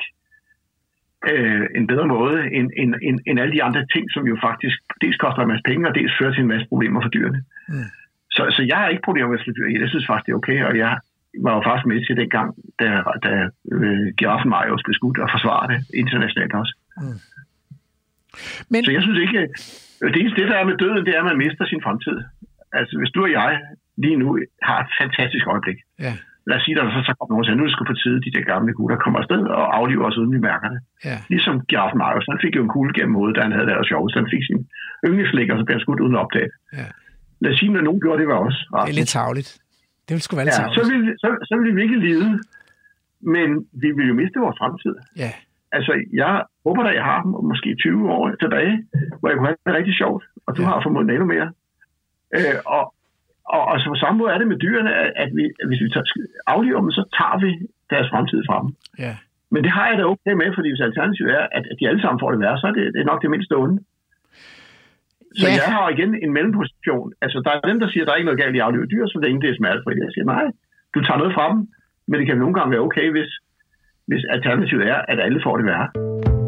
øh, en bedre måde end, end, end, end alle de andre ting, som jo faktisk dels koster en masse penge, og dels fører til en masse problemer for dyrene. Mm. Så, så jeg har ikke problemer med at slå dyr ihjel. Jeg synes faktisk, det er okay, og jeg var jo faktisk med til dengang, da, da øh, giraffen Marius blev skudt og forsvarer det internationalt også. Mm. Men... Så jeg synes ikke, det eneste, det der er med døden, det er, at man mister sin fremtid. Altså, hvis du og jeg lige nu har et fantastisk øjeblik. Ja. Lad os sige, at der så kommer nogen og siger, nu er det sgu på tide, de der gamle gutter kommer afsted og afliver os, uden vi mærker det. Ja. Ligesom giraffen Marius, han fik jo en kugle gennem hovedet, da han havde været sjovt. Han fik sin yndlingslæg, og så blev han skudt uden at opdage. Ja. Lad os sige, at nogen gjorde det, var også. Det er lidt tarveligt. Det ville sgu være lidt ja, tarveligt. Så ville, så, så ville vi ikke lide, men vi vil jo miste vores fremtid. Ja. Altså, jeg håber da, jeg har måske tyve år tilbage, hvor jeg kunne have det rigtig sjovt, og du ja. har formodentlig endnu mere. Øh, og Og, og så på samme måde er det med dyrene, at, at, vi, at hvis vi tager, afliver dem, så tager vi deres fremtid fra dem. Ja. Men det har jeg da okay med, fordi hvis alternativet er, at, at de alle sammen får det værre, så er det, det er nok det mindste onde. Så ja. jeg har igen en mellemposition. Altså, der er dem, der siger, at der er ikke noget galt i at aflive dyr, så længe det er smertefrit. Jeg siger, nej, du tager noget fra dem, men det kan nogle gange være okay, hvis, hvis alternativet er, at alle får det værre.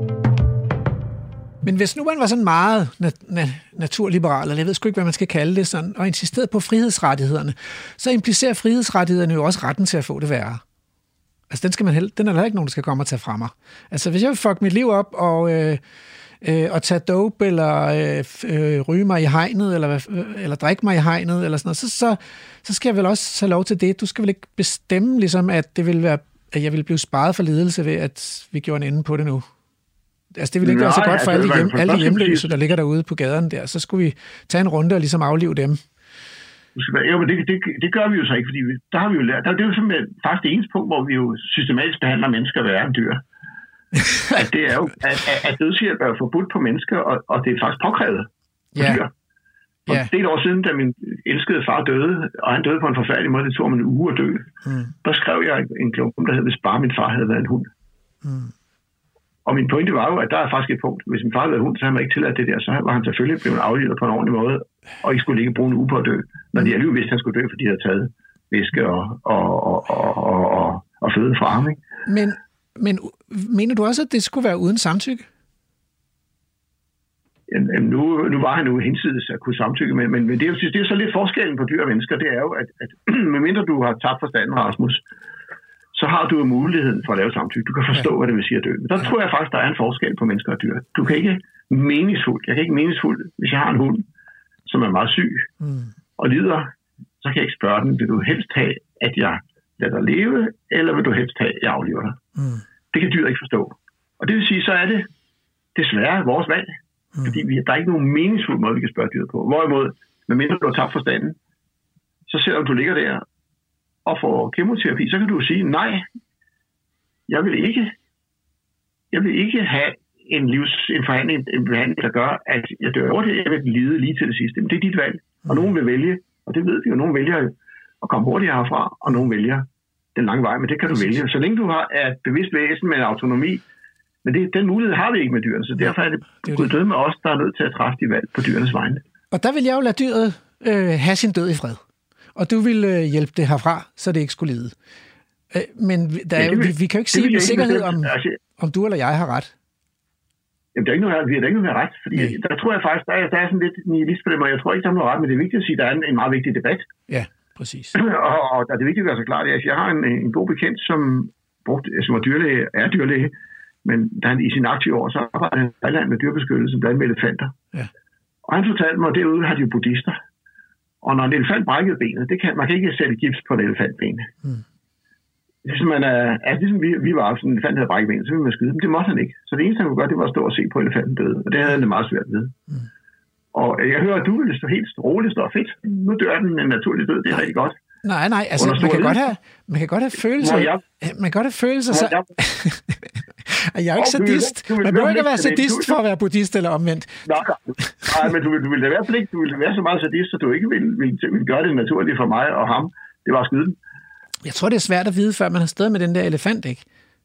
Men hvis nu man var sådan meget nat- nat- naturliberal, eller jeg ved sgu ikke, hvad man skal kalde det, sådan, og insisterede på frihedsrettighederne, så implicerer frihedsrettighederne jo også retten til at få det værre. Altså, den, skal man hel- den er der ikke nogen, der skal komme og tage fra mig. Altså, hvis jeg vil fuck mit liv op og, øh, øh, og tage dope, eller øh, ryge mig i hegnet, eller, øh, eller drikke mig i hegnet, eller sådan noget, så, så, så skal jeg vel også have lov til det. Du skal vel ikke bestemme, ligesom, at, det vil være, at jeg vil blive sparet for lidelse ved, at vi gjorde en ende på det nu. Altså, det ville ikke Nej, være så godt for altså, alle, hjem, alle de hjemløse, der ligger derude på gaderne der. Så skulle vi tage en runde og ligesom aflive dem. Jo, men det, det, det gør vi jo så ikke, fordi vi, der har vi jo lært. Der, det er jo simpelthen faktisk det eneste punkt, hvor vi jo systematisk behandler mennesker værre end dyr. at det er jo, at, at dødshjælp er jo forbudt på mennesker, og, og det er faktisk påkrævet på ja. dyr. Og Ja. det er et år siden, da min elskede far døde, og han døde på en forfærdelig måde, det tog om en uge at dø. Mm. Der skrev jeg en klumme, der hed, hvis bare min far havde været en hund. Mm. Og min pointe var jo, at der er faktisk et punkt. Hvis min far havde været hund, så havde man ikke tilladt det der, så var han selvfølgelig blevet aflivet på en ordentlig måde, og ikke skulle ligge bruge en uge på at dø, når de alligevel vidste, at han skulle dø, fordi de havde taget væske og, og, og, og, og, og, og føde fra ham. Ikke? Men, men mener du også, at det skulle være uden samtykke? Nu, nu var han jo hinsides at kunne samtykke, men, men det, er jo, det er så lidt forskellen på dyr og mennesker, det er jo, at, at medmindre du har tabt forstanden, Rasmus, så har du jo muligheden for at lave samtykke. Du kan forstå, ja. Hvad det vil sige at dø. Men der ja. tror jeg faktisk, der er en forskel på mennesker og dyr. Du kan ikke meningsfuldt, jeg kan ikke meningsfuldt, hvis jeg har en hund, som er meget syg mm. og lider, så kan jeg ikke spørge den, vil du helst have, at jeg lader dig leve, eller vil du helst have, at jeg aflever dig? Mm. Det kan dyr ikke forstå. Og det vil sige, så er det desværre vores valg. Mm. Fordi vi, der er ikke nogen meningsfuld måde, vi kan spørge dyret på. Hvorimod, medmindre du har tabt forstanden, så selvom du ligger der og får kemoterapi, så kan du sige, nej, jeg vil ikke, jeg vil ikke have en, livs, en, forhandling, en behandling, der gør, at jeg dør over det, jeg vil lide lige til det sidste. Men det er dit valg. Og nogen vil vælge, og det ved vi jo, nogen vælger at komme hurtigere herfra, og nogen vælger den lange vej, men det kan du vælge. Så længe du har er et bevidst væsen med en autonomi, men det, den mulighed har vi ikke med dyrene, så derfor er det, det gået død med os, der er nødt til at træffe de valg på dyrenes vegne. Og der vil jeg jo lade dyret øh, have sin død i fred. Og du vil øh, hjælpe det herfra, så det ikke skulle lide. Øh, men der er jo, vil, vi, vi kan jo ikke sige med sikkerhed, om, om du eller jeg har ret. Jamen, der er ikke noget, vi har ikke noget med ret, fordi Nej. der tror jeg faktisk, der er, der er sådan lidt nihilist på det, og jeg tror ikke, der er noget ret, men det er vigtigt at sige, at der er en, en meget vigtig debat. Ja, præcis. og, og der er det vigtigt at gøre sig klart, at jeg har en, en god bekendt, som, brugt, som er dyrlæge, er dyrlæge, men da han i sin aktive år, så arbejder han i Thailand med dyrebeskyttelse, blandt med elefanter. Ja. Og han fortalte mig, at derude har de jo buddhister. Og når en elefant brækkede benet, det kan, man kan ikke sætte gips på et elefantben. Mm. Ligesom, man er, altså ligesom vi, vi var, sådan en elefant havde brækket benet, så ville man skyde dem. Det måtte han ikke. Så det eneste, han kunne gøre, det var at stå og se på elefanten døde. Og det havde han det meget svært ved. Mm. Og jeg hører, at du ville stå helt roligt og fedt. Nu dør den en naturlig død, det er rigtig godt. Nej, nej, altså man kan, godt have, man kan godt have følelser. Jeg, man kan godt have følelser, så... Jeg, jeg er jo ikke sadist. Man behøver ikke at være sadist for at være buddhist eller omvendt. Nej, nej, men du ville, du ville da være pligt. Du ville være så meget sadist, at du ikke ville, ville, ville gøre det naturligt for mig og ham. Det var at skyde den. Jeg tror, det er svært at vide, før man har stået med den der elefant, ikke?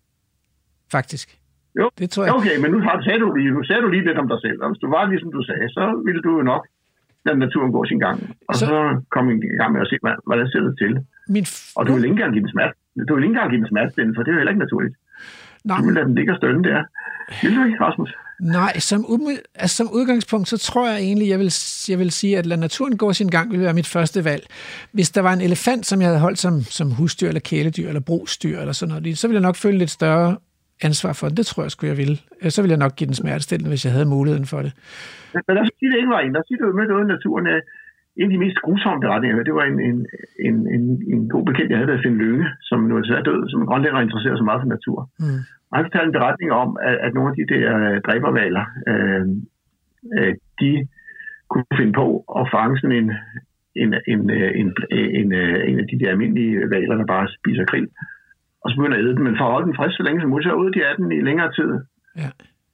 Faktisk. Jo, det tror jeg. Okay, men nu sagde du lige, nu sagde du lige lidt om dig selv. Og hvis du var ligesom du sagde, så ville du jo nok lade naturen gå sin gang. Og så, så kom vi i gang med at se, hvordan ser det til. Min f- og du vil ikke engang give den smert. Du vil ikke engang give den smertestillende, for det er jo heller ikke naturligt. Nej. Du vil lade den ligge og stønne der. Vil du ikke, Rasmus? Nej, som, ud, altså, som udgangspunkt, så tror jeg egentlig, jeg vil, jeg vil sige, at lade naturen gå sin gang, vil være mit første valg. Hvis der var en elefant, som jeg havde holdt som, som husdyr, eller kæledyr, eller brugsdyr, eller sådan noget, så ville jeg nok føle lidt større ansvar for det. Det tror jeg sgu, jeg ville. Så ville jeg nok give den smertestillende, hvis jeg havde muligheden for det. Men lad os sige, det ikke var en. Lad os sige, du mødte ude i naturen. En af de mest grusomme beretninger, det var en, en, en, en, en god bekendt, jeg havde, der Finn Lønge, som nu er død, som en grønlænder interesserer sig meget for natur. Mm. Og han fortalte en beretning om, at, at nogle af de der dræbervaler, øh, øh, de kunne finde på at fange sådan en, en, en, en, en, en af de der almindelige valer, der bare spiser krill, og så begynder at æde den, men for at holde den frisk så længe som muligt, så ud de af den i længere tid. Ja.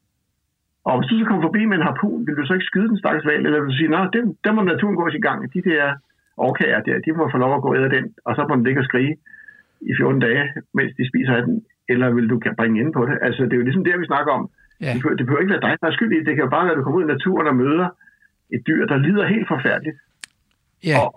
Og hvis du så kommer forbi med en harpun, vil du så ikke skyde den stakkels val, eller vil du sige, nej, der må naturen gå i sin gang. De der orkager der, de må få lov at gå og æde den, og så må den ligge og skrige i fjorten dage, mens de spiser af den, eller vil du bringe ind på det? Altså, det er jo ligesom det, vi snakker om. Ja. Det, behøver, det behøver ikke være dig, der er skyld i det. Det kan jo bare være, at du kommer ud i naturen og møder et dyr, der lider helt forfærdeligt. Ja. Og,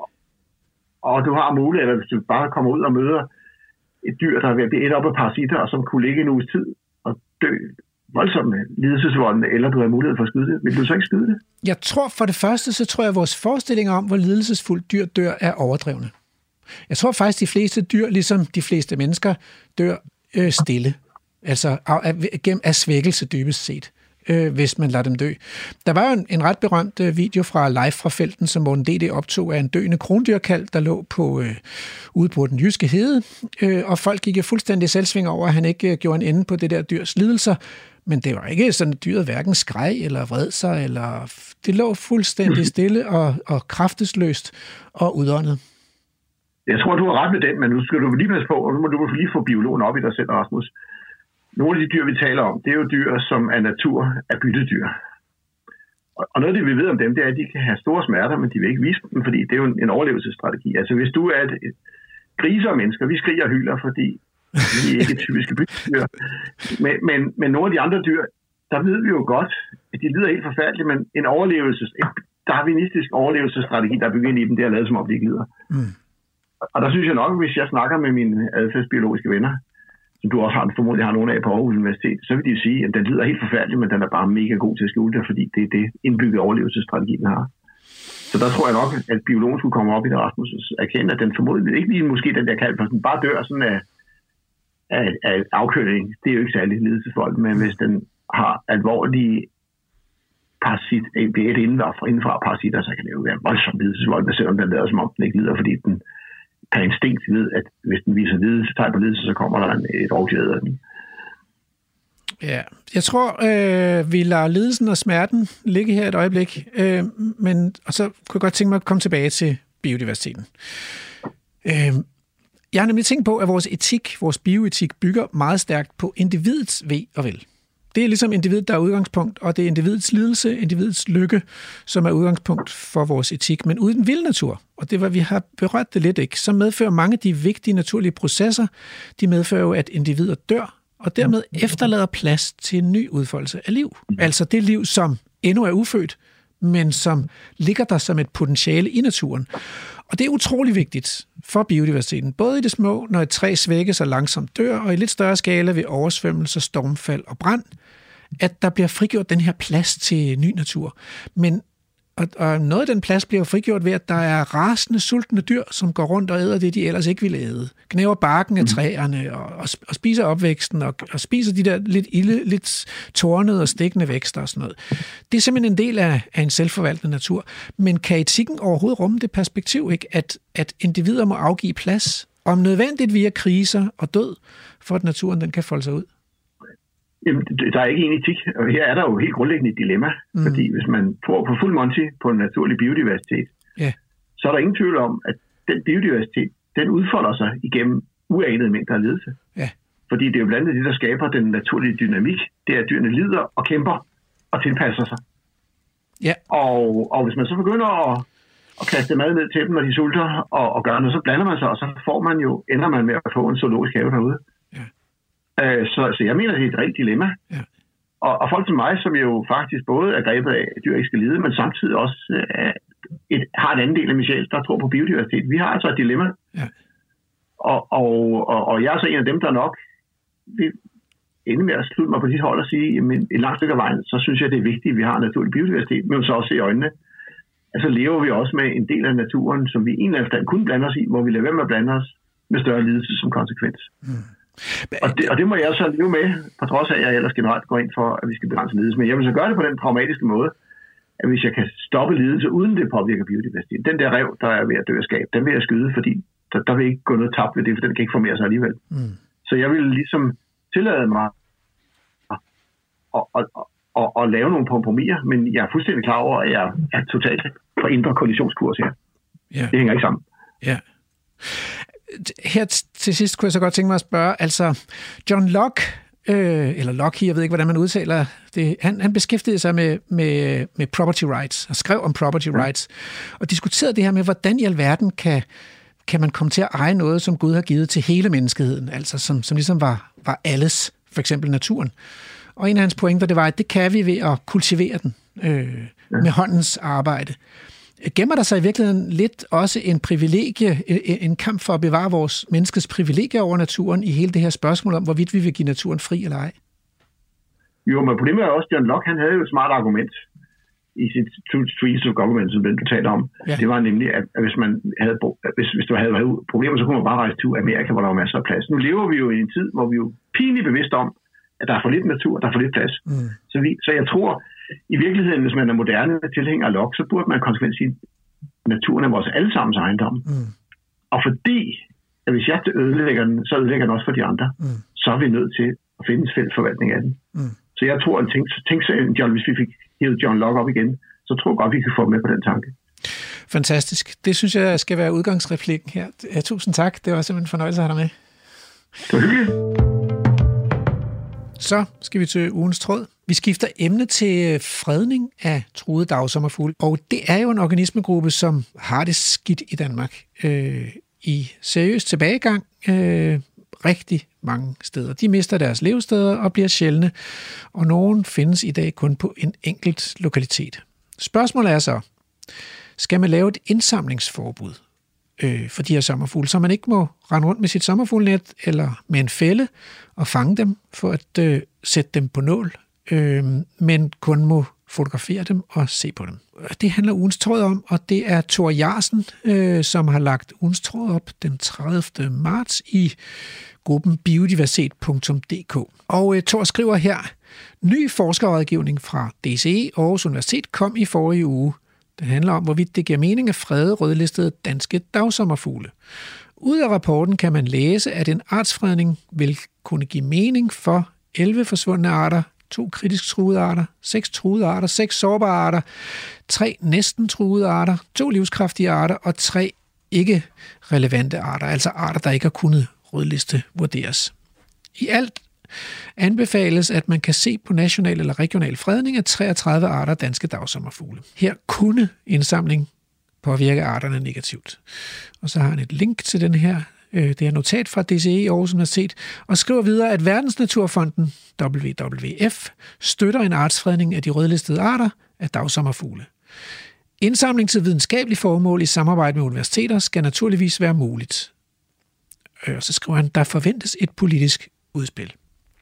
og du har mulighed, eller hvis du bare kommer ud og møder et dyr, der er ved at blive et op af parasitter, og som kunne ligge en uges tid og dø voldsomme lidelsesvoldene, eller du har mulighed for at skyde det. Vil du så ikke skyde det? Jeg tror for det første, så tror jeg, at vores forestillinger om, hvor lidelsesfuldt dyr dør, er overdrevne. Jeg tror faktisk, de fleste dyr, ligesom de fleste mennesker, dør øh, stille. Altså af, af, af svækkelse dybest set, øh, hvis man lader dem dø. Der var jo en, en ret berømt øh, video fra Live fra Felten, som Morten D D optog af en døende krondyrkalv, der lå på, øh, ude på den jyske hede, øh, og folk gik jo fuldstændig selvsving over, at han ikke øh, gjorde en ende på det der dyrs lidelser. Men det var ikke sådan, at dyret hverken skreg eller vred sig, eller det lå fuldstændig stille og, og kraftesløst og udåndet. Jeg tror, du har ret med den, men nu skal du lige passe på, og nu må du lige få biologen op i dig selv, Rasmus. Nogle af de dyr, vi taler om, det er jo dyr, som er natur af byttedyr. Og noget af det, vi ved om dem, det er, at de kan have store smerter, men de vil ikke vise dem, fordi det er jo en, en overlevelsesstrategi. Altså hvis du er et, et griser og mennesker, vi skriger og hylder, fordi vi er ikke typiske byttedyr. Men, men, men nogle af de andre dyr, der ved vi jo godt, at de lider helt forfærdeligt, men en overlevelses, en darwinistisk overlevelsesstrategi, der er bygget ind i dem, det er lavet som om de ikke lider. Mm. Og der synes jeg nok, hvis jeg snakker med mine adfærdsbiologiske venner, som du også har, formodentlig har nogle af på Aarhus Universitet, så vil de sige, at den lider helt forfærdeligt, men den er bare mega god til at skjule det, fordi det er det indbyggede overlevelsesstrategi, den har. Så der tror jeg nok, at biologen skulle komme op i det, Rasmus, og erkende, at den formodentlig ikke lige måske den der kalv, for den bare dør sådan af, af, af afkøling. Det er jo ikke særlig lidelsesvold, men hvis den har alvorlige parasit, et indenfra, indenfra parasitter, så kan det jo være voldsomt lidelsesvold, selvom den lader som om den ikke lider, fordi den per instinkt ved, at hvis den viser lidelse, tegn på lidelse, så kommer der en, et rovdyr af den. Ja, jeg tror, øh, vi lader lidelsen og smerten ligge her et øjeblik, øh, men og så kunne jeg godt tænke mig at komme tilbage til biodiversiteten. Øh, jeg har nemlig tænkt på, at vores etik, vores bioetik, bygger meget stærkt på individets ve og vel. Det er ligesom individet, der er udgangspunkt, og det er individets lidelse, individets lykke, som er udgangspunkt for vores etik. Men uden vild natur, og det var, vi har berørt det lidt, ikke, så medfører mange af de vigtige naturlige processer, de medfører jo, at individer dør, og dermed efterlader plads til en ny udfoldelse af liv. Altså det liv, som endnu er ufødt, men som ligger der som et potentiale i naturen. Og det er utrolig vigtigt for biodiversiteten, både i det små, når et træ svækkes og langsomt dør, og i lidt større skala ved oversvømmelser, stormfald og brand, at der bliver frigjort den her plads til ny natur. Men og, og noget af den plads bliver frigjort ved, at der er rasende, sultne dyr, som går rundt og æder det, de ellers ikke ville æde. Knæver barken af træerne og, og, og spiser opvæksten og, og spiser de der lidt ilde, lidt tårnede og stikkende vækster og sådan noget. Det er simpelthen en del af, af en selvforvaltende natur. Men kan etikken overhovedet rumme det perspektiv, ikke? At, at individer må afgive plads, om nødvendigt via kriser og død, for at naturen den kan folde sig ud? Jamen, der er ikke en etik, og her er der jo helt grundlæggende et dilemma, mm. fordi hvis man tror på fuld monty på en naturlig biodiversitet, yeah. så er der ingen tvivl om, at den biodiversitet, den udfolder sig igennem uanede mængder af ledelse. Yeah. Fordi det er jo blandt andet det, der skaber den naturlige dynamik, det er, at dyrene lider og kæmper og tilpasser sig. Yeah. Og, og hvis man så begynder at, at kaste mad ned til dem, når de sulter og, og gør noget, så blander man sig, og så får man jo, ender man med at få en zoologisk have derude. Så, så jeg mener, det er et rent dilemma. Ja. Og, og folk som mig, som jo faktisk både er grebet af, at dyr ikke skal lide, men samtidig også uh, et, har en anden del af min sjæl, der tror på biodiversitet. Vi har altså et dilemma. Ja. Og, og, og, og jeg er så en af dem, der nok vil ende med at slutte mig på dit hold og sige, at et langt stykke af vejen, så synes jeg, det er vigtigt, at vi har en naturlig biodiversitet, men så også se i øjnene. Altså lever vi også med en del af naturen, som vi en eller anden kunne blande os i, hvor vi lader være med at blande os med større lidelse som konsekvens. Mm. Og det, og det må jeg så leve med, på trods af, at jeg ellers generelt går ind for, at vi skal begrænse lidelse. Men jeg vil så gøre det på den pragmatiske måde, at hvis jeg kan stoppe lidelse, uden det påvirker biodiversiteten, den der rev, der er ved at dø af skab, den vil jeg skyde, fordi der, der vil ikke gå noget tabt ved det, for den kan ikke formere sig alligevel. Mm. Så jeg vil ligesom tillade mig at, at, at, at, at lave nogle kompromiser, men jeg er fuldstændig klar over, at jeg er totalt på indre kollisionskurs her. Yeah. Det hænger ikke sammen. Ja. Yeah. Her til sidst kunne jeg så godt tænke mig at spørge, altså John Locke, øh, eller Locke, jeg ved ikke, hvordan man udtaler det, han, han beskæftigede sig med, med, med property rights, og skrev om property ja. rights, og diskuterede det her med, hvordan i alverden kan, kan man komme til at eje noget, som Gud har givet til hele menneskeheden, altså som, som ligesom var, var alles, for eksempel naturen. Og en af hans pointer, det var, at det kan vi ved at kultivere den øh, ja. med håndens arbejde. Gemmer der sig i virkeligheden lidt også en privilegie, en kamp for at bevare vores menneskets privilegier over naturen i hele det her spørgsmål om, hvorvidt vi vil give naturen fri eller ej? Jo, men problemet er også, at John Locke, han havde jo et smart argument i sit Two Trees of Government, som den du talte om. Ja. Det var nemlig, at hvis man havde, hvis, hvis du havde problemer, så kunne man bare rejse til Amerika, hvor der var masser af plads. Nu lever vi jo i en tid, hvor vi jo pinligt bevidst om, at der er for lidt natur, der er for lidt plads. Mm. Så, vi, så jeg tror, i virkeligheden, hvis man er moderne tilhænger af Locke, så burde man konsekvent sige, at naturen er vores allesammens ejendom. Mm. Og fordi, at hvis jeg ødelægger den, så ødelægger den også for de andre, mm. så er vi nødt til at finde en fælles forvaltning af den. Mm. Så jeg tror, at tænk, tænk så, John, hvis vi fik hævet John Locke op igen, så tror jeg godt, vi kan få med på den tanke. Fantastisk. Det synes jeg skal være udgangsreplikken her. Ja, tusind tak. Det var simpelthen en fornøjelse at have dig med. Det var hyggeligt. Så skal vi til ugens tråd. Vi skifter emne til fredning af truede dagsommerfugle, og det er jo en organismegruppe, som har det skidt i Danmark. Øh, I seriøs tilbagegang øh, rigtig mange steder. De mister deres levesteder og bliver sjældne, og nogen findes i dag kun på en enkelt lokalitet. Spørgsmålet er så, skal man lave et indsamlingsforbud øh, for de her sommerfugle, så man ikke må rende rundt med sit sommerfuglenet eller med en fælde og fange dem for at øh, sætte dem på nål, øh, men kun må fotografere dem og se på dem. Det handler ugens tråd om, og det er Thor Jarsen, øh, som har lagt ugens tråd op den tredivte marts i gruppen biodiversitet punktum d k. Og øh, Thor skriver her, ny forskerrådgivning fra D C E Aarhus Universitet kom i forrige uge. Det handler om, hvorvidt det giver mening at frede rødlistede danske dagsommerfugle. Ud af rapporten kan man læse, at en artsfredning vil kunne give mening for elleve forsvundne arter, to kritisk truede arter, seks truede arter, seks sårbare arter, tre næsten truede arter, to livskraftige arter og tre ikke relevante arter, altså arter, der ikke har kunnet rødliste vurderes. I alt anbefales, at man kan se på national eller regional fredning af treogtredive arter danske dagsommerfugle. Her kunne indsamling påvirke arterne negativt. Og så har han et link til den her, det her notat fra D C E Aarhus Universitet, og skriver videre, at Verdensnaturfonden, W W F, støtter en artsfredning af de rødlistede arter af dagsommerfugle. Indsamling til videnskabelige formål i samarbejde med universiteter skal naturligvis være muligt. Og så skriver han, der forventes et politisk udspil.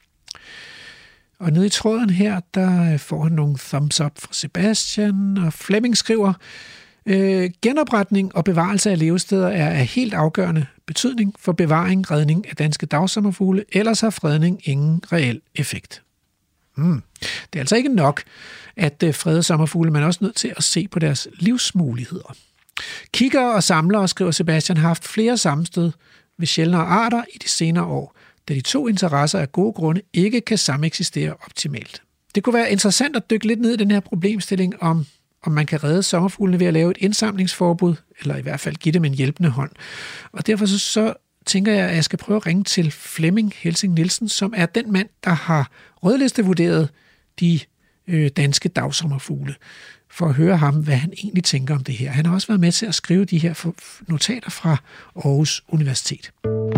Og nede i tråden her, der får han nogle thumbs up fra Sebastian, og Flemming skriver, øh, genopretning og bevarelse af levesteder er af helt afgørende betydning for bevaring, redning af danske dagsommerfugle, ellers har fredning ingen reel effekt. Hmm. Det er altså ikke nok at frede sommerfugle, man er også nødt til at se på deres livsmuligheder. Kiggere og samlere, skriver Sebastian, har haft flere sammenstød ved sjældnere arter i de senere år, da de to interesser af gode grunde ikke kan sameksistere optimalt. Det kunne være interessant at dykke lidt ned i den her problemstilling om, om man kan redde sommerfuglene ved at lave et indsamlingsforbud, eller i hvert fald give dem en hjælpende hånd. Og derfor så, så tænker jeg, at jeg skal prøve at ringe til Flemming Helsing Nielsen, som er den mand, der har rødlistevurderet de øh, danske dagsommerfugle, for at høre ham, hvad han egentlig tænker om det her. Han har også været med til at skrive de her notater fra Aarhus Universitet.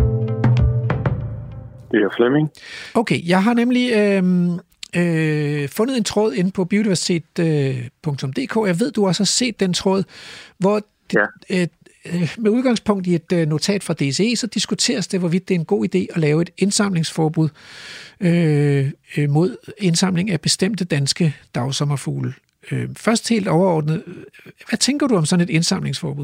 Det er Flemming. Okay, jeg har nemlig øh, øh, fundet en tråd inde på biodiversitet punktum d k. Jeg ved, du også har set den tråd, hvor ja. øh, med udgangspunkt i et notat fra D C E, så diskuteres det, hvorvidt det er en god idé at lave et indsamlingsforbud øh, mod indsamling af bestemte danske dagsommerfugle. Øh, først helt overordnet, hvad tænker du om sådan et indsamlingsforbud?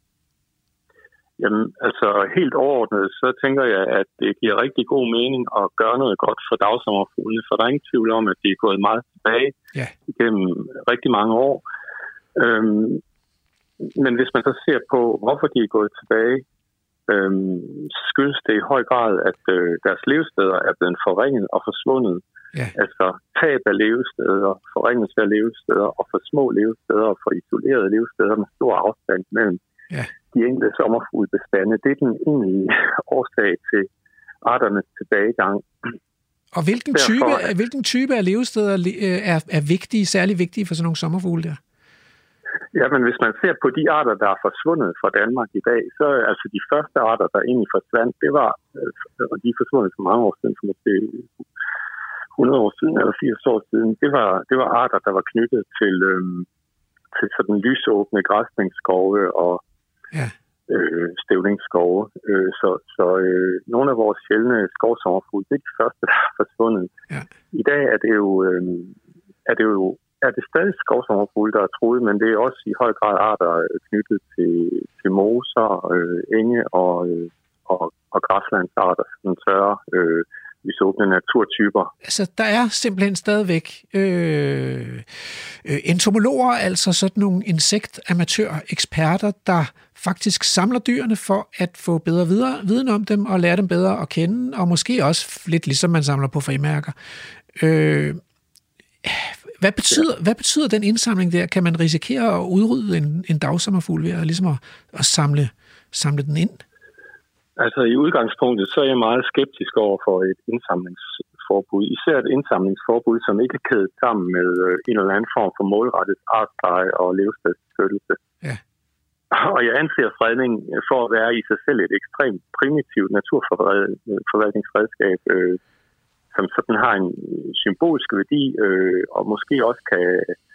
Jamen, altså helt overordnet, så tænker jeg, at det giver rigtig god mening at gøre noget godt for dagsommerfuglene, for der er ingen tvivl om, at de er gået meget tilbage ja. Igennem rigtig mange år. Øhm, men hvis man så ser på, hvorfor de er gået tilbage, øhm, så skyldes det i høj grad, at øh, deres levesteder er blevet forringet og forsvundet. Ja. Altså tab af levesteder, forringelse af levesteder og for små levesteder og for isolerede levesteder med stor afstand mellem ja. De enkelte sommerfuglebestande. Det er den egentlige årsag til arternes tilbagegang. Og hvilken type, Derfor, hvilken type af levesteder er, er vigtige, særlig vigtige for sådan nogle sommerfugle der? Ja, men hvis man ser på de arter, der er forsvundet fra Danmark i dag, så altså de første arter, der egentlig forsvandt, det var, og de er forsvundet for mange år siden, for måske hundrede år siden eller firs år siden, det var, det var arter, der var knyttet til, øhm, til sådan lysåbne græsningsskove og ja. øh, støvlingsskove. Øh, så så øh, nogle af vores sjældne skovsommerfugle, det er de første, der er forsvundet. Ja. I dag er det jo, øh, er det jo er det stadig skovsommerfugle, der er truet, men det er også i høj grad arter knyttet til, til moser, øh, enge og, øh, og, og græslandsarter, sådan tørre øh, lysåbne naturtyper. Altså, der er simpelthen stadigvæk øh, øh, entomologer, altså sådan nogle insektamatør-eksperter, der faktisk samler dyrene for at få bedre videre, viden om dem og lære dem bedre at kende, og måske også lidt ligesom man samler på frimærker. Øh, hvad, betyder, ja. hvad betyder den indsamling der? Kan man risikere at udrydde en, en dagsommerfugl ved at, ligesom at, at samle, samle den ind? Altså i udgangspunktet, så er jeg meget skeptisk over for et indsamlings indsamlingsforbud, især et indsamlingsforbud, som ikke er kædet sammen med øh, en eller anden form for målrettet artspleje og levestedsbeskyttelse. Ja. Og jeg anser fredning for at være i sig selv et ekstremt primitivt naturforvaltningsredskab, øh, som sådan har en symbolsk værdi, øh, og måske også kan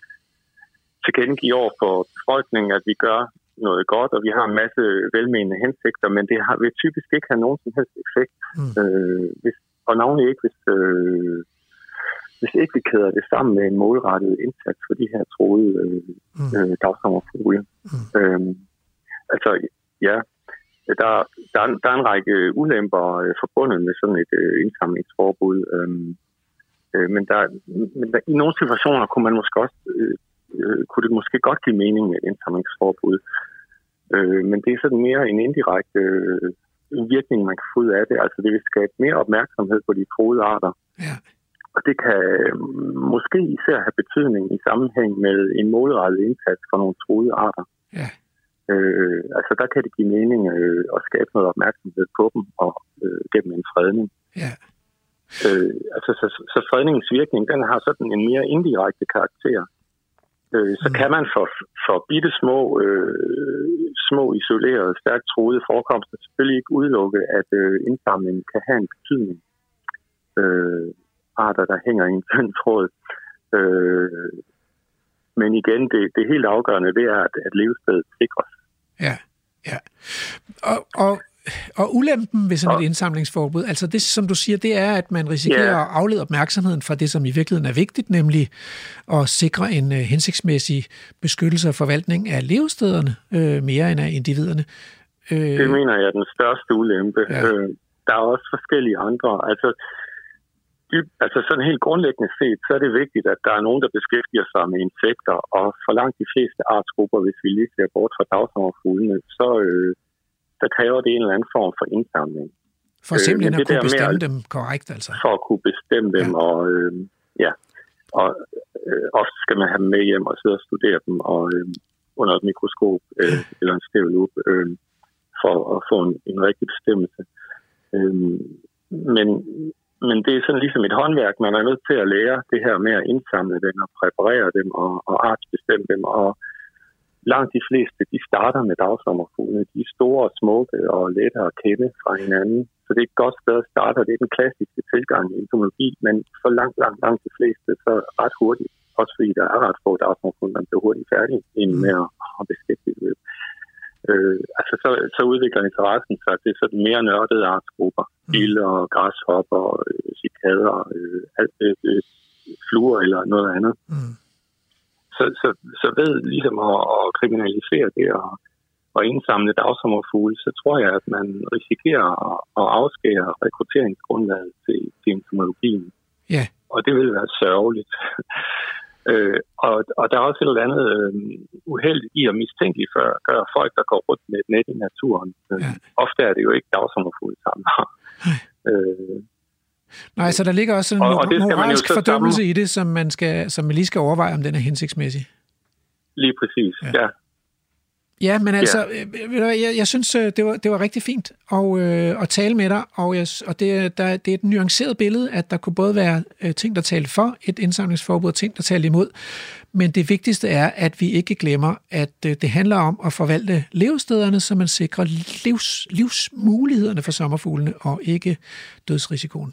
tilkendegive over for befolkningen, at vi gør noget godt, og vi har en masse velmenende hensigter, men det har, vil typisk ikke have nogen som helst effekt. Mm. Øh, hvis, og navnlig ikke, hvis, øh, hvis ikke vi kæder det sammen med en målrettet indsats for de her troede øh, mm. øh, dagsommerfugle. Mm. Øh, altså, ja, der, der, der er en række ulemper øh, forbundet med sådan et øh, indsamlingsforbud, øh, øh, men, der, men der, i nogle situationer kunne man måske også øh, kunne det måske godt give mening med et indsamlingsforbud. Øh, men det er sådan mere en indirekte øh, virkning, man kan få ud af det. Altså det vil skabe mere opmærksomhed på de truede arter. Ja. Og det kan øh, måske især have betydning i sammenhæng med en målrettet indsats for nogle truede arter. Ja. Øh, altså der kan det give mening øh, at skabe noget opmærksomhed på dem og øh, gennem en fredning. Ja. Øh, altså så, så fredningens virkning, den har sådan en mere indirekte karakter. Så kan man for, for bitte små, øh, små isolerede, stærkt truede forekomster selvfølgelig ikke udelukke, at øh, indsamlingen kan have en betydning. Øh, arter, der hænger i en tynd tråd. Øh, men igen, det, det helt afgørende, det er, at, at levestedet sikres. Ja, ja. Og, og Og ulempen ved sådan et indsamlingsforbud, altså det, som du siger, det er, at man risikerer yeah. at aflede opmærksomheden fra det, som i virkeligheden er vigtigt, nemlig at sikre en uh, hensigtsmæssig beskyttelse og forvaltning af levestederne, øh, mere end af individerne. Øh, det mener jeg er den største ulempe. Ja. Øh, der er også forskellige andre. Altså, dyb, altså sådan helt grundlæggende set, så er det vigtigt, at der er nogen, der beskæftiger sig med insekter, og for langt de fleste artsgrupper, hvis vi lige ser bort fra dagsommerfuglene, så øh, der kræver det en eller anden form for indsamling. For simpelthen øh, at kunne bestemme med, dem korrekt, altså? For at kunne bestemme dem, ja. og øh, ja, og øh, ofte skal man have dem med hjem og sidde og studere dem og, øh, under et mikroskop øh, eller en stævlup øh, for at få en, en rigtig bestemmelse. Øh, men, men det er sådan ligesom et håndværk, man er nødt til at lære det her med at indsamle dem og præparere dem og, og artsbestemme dem, og langt de fleste, de starter med dagsommerfuglene. De er store og smukke og lette at kende fra hinanden. Så det er et godt sted at starte, og det er den klassiske tilgang i entomologi, men for langt, langt, langt de fleste, så ret hurtigt, også fordi der er ret få dagsommerfugle, man bliver hurtigt færdig inden med at beskæftige det. Øh, altså så, så udvikler interessen sig til sådan mere nørdede artsgrupper. Biller, og græshopper, øh, cikader, øh, alt, øh, fluer eller noget andet. Mm. Så, så, så ved ligesom at, at kriminalisere det og, og indsamle dagsommerfugle, så tror jeg, at man risikerer at, at afskære rekrutteringsgrundlaget til, til entomologien. Yeah. Og det vil være sørgeligt. øh, og, og der er også et eller andet øh, uheldigt i at mistænkeliggøre folk, der går rundt med et net i naturen. Yeah. Ofte er det jo ikke dagsommerfugle sammen. øh, Nej, så der ligger også en mor- moralsk fordømmelse sammen i det, som man, skal, som man lige skal overveje, om den er hensigtsmæssig. Lige præcis, ja. ja. Ja, men altså, ja. Jeg, jeg synes, det var, det var rigtig fint at, øh, at tale med dig, og, jeg, og det, der, det er et nuanceret billede, at der kunne både være øh, ting, der talte for et indsamlingsforbud, og ting, der talte imod. Men det vigtigste er, at vi ikke glemmer, at øh, det handler om at forvalte levestederne, så man sikrer livs, livsmulighederne for sommerfuglene, og ikke dødsrisikoen.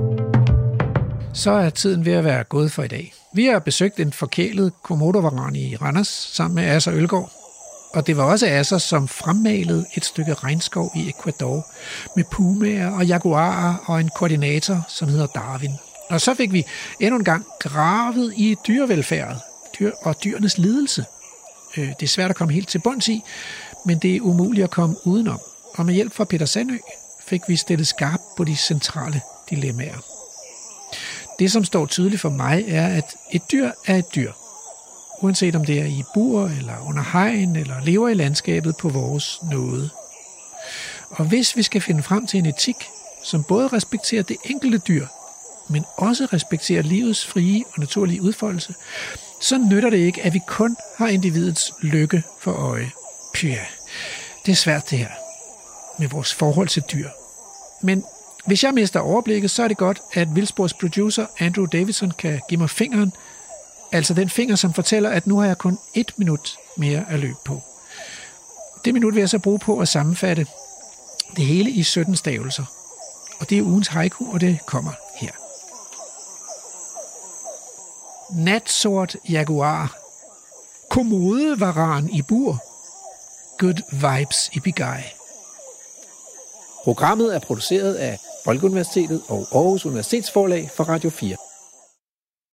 Så er tiden ved at være gået for i dag. Vi har besøgt en forkælet komodovaran i Randers sammen med Asser Ølgaard. Og det var også Asser, som fremmalede et stykke regnskov i Ecuador med pumaer og jaguarer og en koordinator, som hedder Darwin. Og så fik vi endnu en gang gravet i dyrevelfærdet dyr og dyrenes lidelse. Det er svært at komme helt til bunds i, men det er umuligt at komme udenom. Og med hjælp fra Peter Sandø fik vi stillet skarpt på de centrale dilemmaer. Det, som står tydeligt for mig, er, at et dyr er et dyr. Uanset om det er i bur, eller under hegn, eller lever i landskabet på vores nåde. Og hvis vi skal finde frem til en etik, som både respekterer det enkelte dyr, men også respekterer livets frie og naturlige udfoldelse, så nytter det ikke, at vi kun har individets lykke for øje. Pyha, det er svært det her med vores forhold til dyr. Men Hvis jeg mister overblikket, så er det godt, at Vildspors producer Andrew Davidson kan give mig fingeren, altså den finger, som fortæller, at nu har jeg kun et minut mere at løbe på. Det minut vil jeg så bruge på at sammenfatte det hele i sytten stavelser. Og det er ugens haiku, og det kommer her. Natsort jaguar. Kommodevaran i bur. Good vibes i Bigay. Programmet er produceret af Folkeuniversitetet og Aarhus Universitetsforlag for Radio fire.